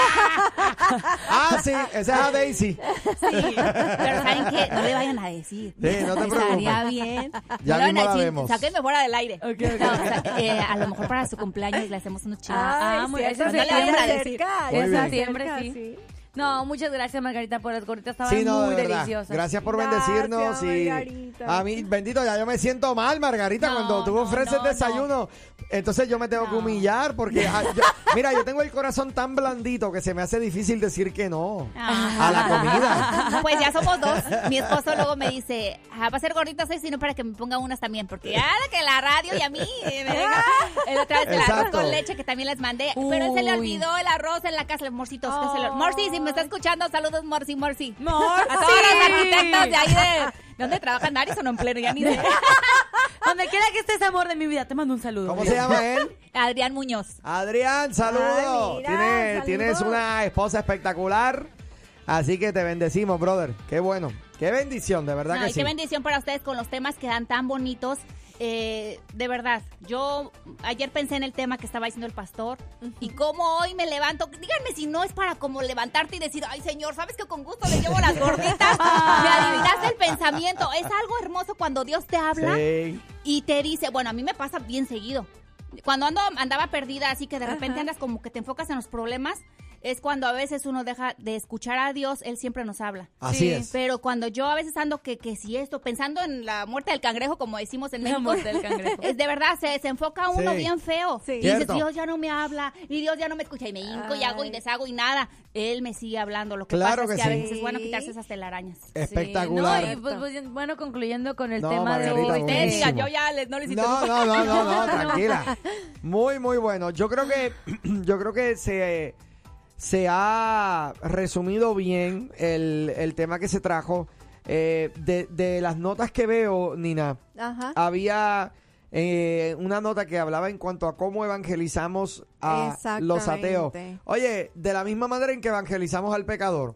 Ah, sí, esa es a Daisy. Sí, pero ¿saben qué? No le vayan a decir. Sí, no te Estaría preocupes. bien. Ya no le vayan mismo a la decir, vemos. sáquenme fuera del aire. No, o sea, eh, a lo mejor para su cumpleaños le hacemos unos chiles. Ah, muy cierto, eso no le vayan a septiembre. decir. Muy En bien. septiembre, sí. No, muchas gracias, Margarita, por las gorditas. Estaban Sí, no, muy de verdad. deliciosas. Gracias por bendecirnos. Y a mí, bendito, ya yo me siento mal, Margarita, No, cuando tú no, ofreces no, desayuno. Entonces yo me tengo que humillar porque, ah, yo- mira, yo tengo el corazón tan blandito que se me hace difícil decir que no a la comida. Pues ya somos dos. Mi esposo luego me dice, ah, va a ser gorditas hoy, sino para que me ponga unas también, porque ya de que la radio y a mí eh, me venga. El otra vez el arroz Exacto. con leche que también les mandé, pero él se le Uy. olvidó el arroz en la casa, el morcitos. que se lo- Morsi, si me está escuchando, saludos Morsi, Morsi. Morsi. A todos los arquitectos de ahí de, ¿de dónde trabajan Darison o en pleno? Ya ni sé. Donde quiera que estés, amor de mi vida, te mando un saludo. ¿Cómo se llama él? Adrián Muñoz. Adrián, saludos. Ay, mira, tienes, saludos. tienes una esposa espectacular. Así que te bendecimos, brother. Qué bueno. Qué bendición, de verdad No, que y sí. qué bendición para ustedes con los temas que dan tan bonitos. Eh, de verdad, yo ayer pensé en el tema que estaba diciendo el pastor y cómo hoy me levanto. Díganme si no es para como levantarte y decir, ay Señor, ¿sabes que con gusto le llevo las gorditas? Me adivinaste el pensamiento. Es algo hermoso cuando Dios te habla Sí. y te dice, bueno, a mí me pasa bien seguido. Cuando ando andaba perdida, así que de repente Ajá. andas como que te enfocas en los problemas, es cuando a veces uno deja de escuchar a Dios, Él siempre nos habla. Así Sí. es. Pero cuando yo a veces ando que, que si esto, pensando en la muerte del cangrejo, como decimos en La México, muerte del cangrejo. es de verdad, se, se enfoca uno Sí. bien feo. Sí. Y dices, Cierto. Dios ya no me habla, y Dios ya no me escucha, y me hinco y hago y Ay. deshago y nada. Él me sigue hablando. Lo que Claro pasa es que que a sí. veces es bueno quitarse esas telarañas. Espectacular. Sí, no, y pues, pues, bueno, concluyendo con el No, tema de Margarita, hoy. Ustedes digan, buenísimo. yo ya les, no les No, interrumpo. no, no, no, no, tranquila. Muy, muy bueno. Yo creo que, yo creo que se, se ha resumido bien el, el tema que se trajo. Eh, de, de las notas que veo, Nina, Ajá. había eh, una nota que hablaba en cuanto a cómo evangelizamos a los ateos. Exactamente. Oye, de la misma manera en que evangelizamos al pecador,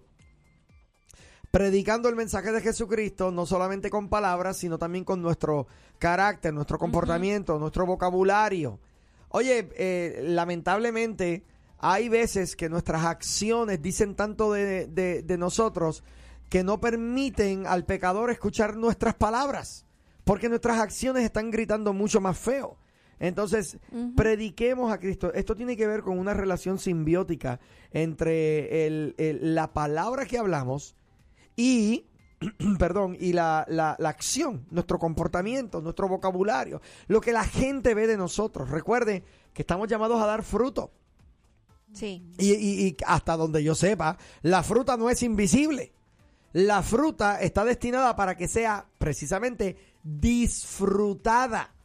predicando el mensaje de Jesucristo, no solamente con palabras, sino también con nuestro carácter, nuestro comportamiento, nuestro vocabulario. Oye, eh, lamentablemente hay veces que nuestras acciones dicen tanto de, de, de nosotros que no permiten al pecador escuchar nuestras palabras, porque nuestras acciones están gritando mucho más feo. Entonces, Ujú. prediquemos a Cristo. Esto tiene que ver con una relación simbiótica entre el- el- la palabra que hablamos y, perdón, y la, la, la acción, nuestro comportamiento, nuestro vocabulario, lo que la gente ve de nosotros. Recuerde que estamos llamados a dar fruto. Sí. Y, y- y hasta donde yo sepa, la fruta no es invisible. La fruta está destinada para que sea precisamente disfrutada.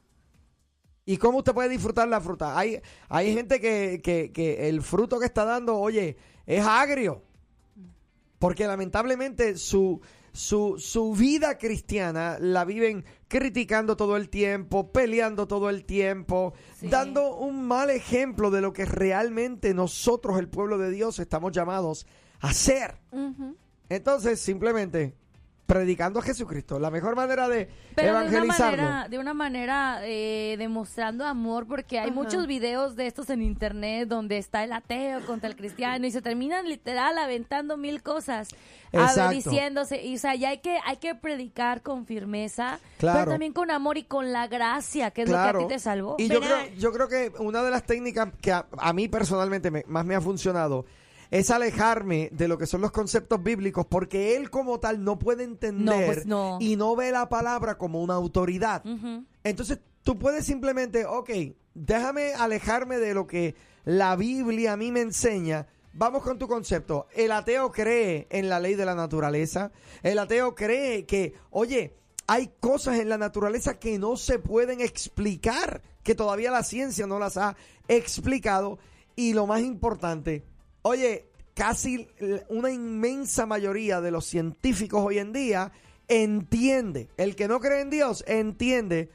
¿Y cómo usted puede disfrutar la fruta? Hay, hay gente que, que, que el fruto que está dando, oye, es agrio. Porque lamentablemente su, su, su vida cristiana la viven criticando todo el tiempo, peleando todo el tiempo, Sí. dando un mal ejemplo de lo que realmente nosotros, el pueblo de Dios, estamos llamados a hacer. Ujú. Entonces, simplemente predicando a Jesucristo, la mejor manera de Pero de una evangelizarlo. manera, de una manera eh, demostrando amor, porque hay Ajá. muchos videos de estos en internet donde está el ateo contra el cristiano y se terminan literal aventando mil cosas, a- Exacto. diciéndose, y, o sea, ya hay que hay que predicar con firmeza, Claro. pero también con amor y con la gracia, que es lo que a ti te salvó. Y yo Verá, creo, yo creo que una de las técnicas que a, a mí personalmente me- más me ha funcionado es alejarme de lo que son los conceptos bíblicos porque él como tal no puede entender No, pues no. y no ve la palabra como una autoridad. Ujú. Entonces tú puedes simplemente, ok, déjame alejarme de lo que la Biblia a mí me enseña. Vamos con tu concepto. El ateo cree en la ley de la naturaleza. El ateo cree que, oye, hay cosas en la naturaleza que no se pueden explicar, que todavía la ciencia no las ha explicado. Y lo más importante, oye, casi una inmensa mayoría de los científicos hoy en día entiende, el que no cree en Dios entiende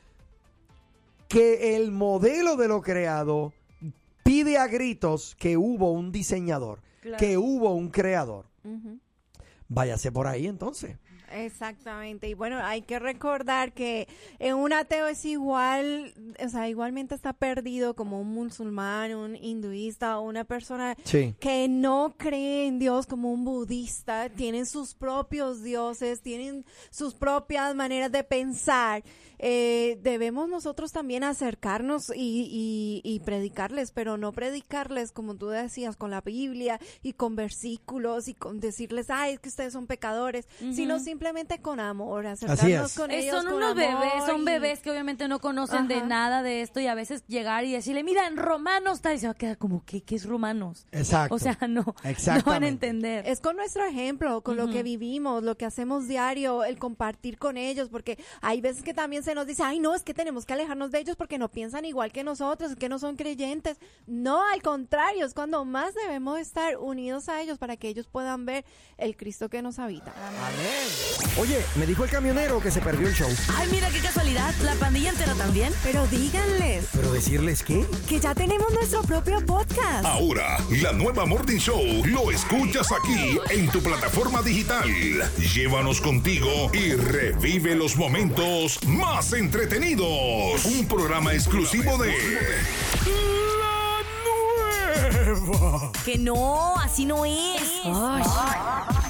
que el modelo de lo creado pide a gritos que hubo un diseñador, Claro. que hubo un creador. Ujú. Váyase por ahí entonces. Exactamente. Y bueno, hay que recordar que en un ateo es igual, o sea, igualmente está perdido como un musulmán, un hinduista o una persona Sí. que no cree en Dios, como un budista. Tienen sus propios dioses, tienen sus propias maneras de pensar. Eh, debemos nosotros también acercarnos y, y, y predicarles, pero no predicarles, como tú decías, con la Biblia y con versículos y con decirles, ay, es que ustedes son pecadores, Ujú. sino simplemente con amor, acercarnos es. con Eh, ellos son con unos amor bebés, son y- bebés que obviamente no conocen de Ajá. nada de esto y a veces llegar y decirle, mira, en Romanos tal, y se va a quedar como, ¿qué, qué es Romanos? Exacto. O sea, no, no van a Exactamente. entender. Es con nuestro ejemplo, con lo Ujú. que vivimos, lo que hacemos diario, el compartir con ellos, porque hay veces que también se nos dice, ay no, es que tenemos que alejarnos de ellos porque no piensan igual que nosotros, es que no son creyentes. No, al contrario, es cuando más debemos estar unidos a ellos para que ellos puedan ver el Cristo que nos habita. Amén. Oye, me dijo el camionero que se perdió el show. Ay, mira qué casualidad, la pandilla entera también. Pero díganles ¿Pero decirles qué? que ya tenemos nuestro propio podcast. Ahora, la nueva Morning Show lo escuchas aquí en tu plataforma digital. Llévanos contigo y revive los momentos más entretenidos. Un programa exclusivo de La Nueva. Que no, así no es. Ay.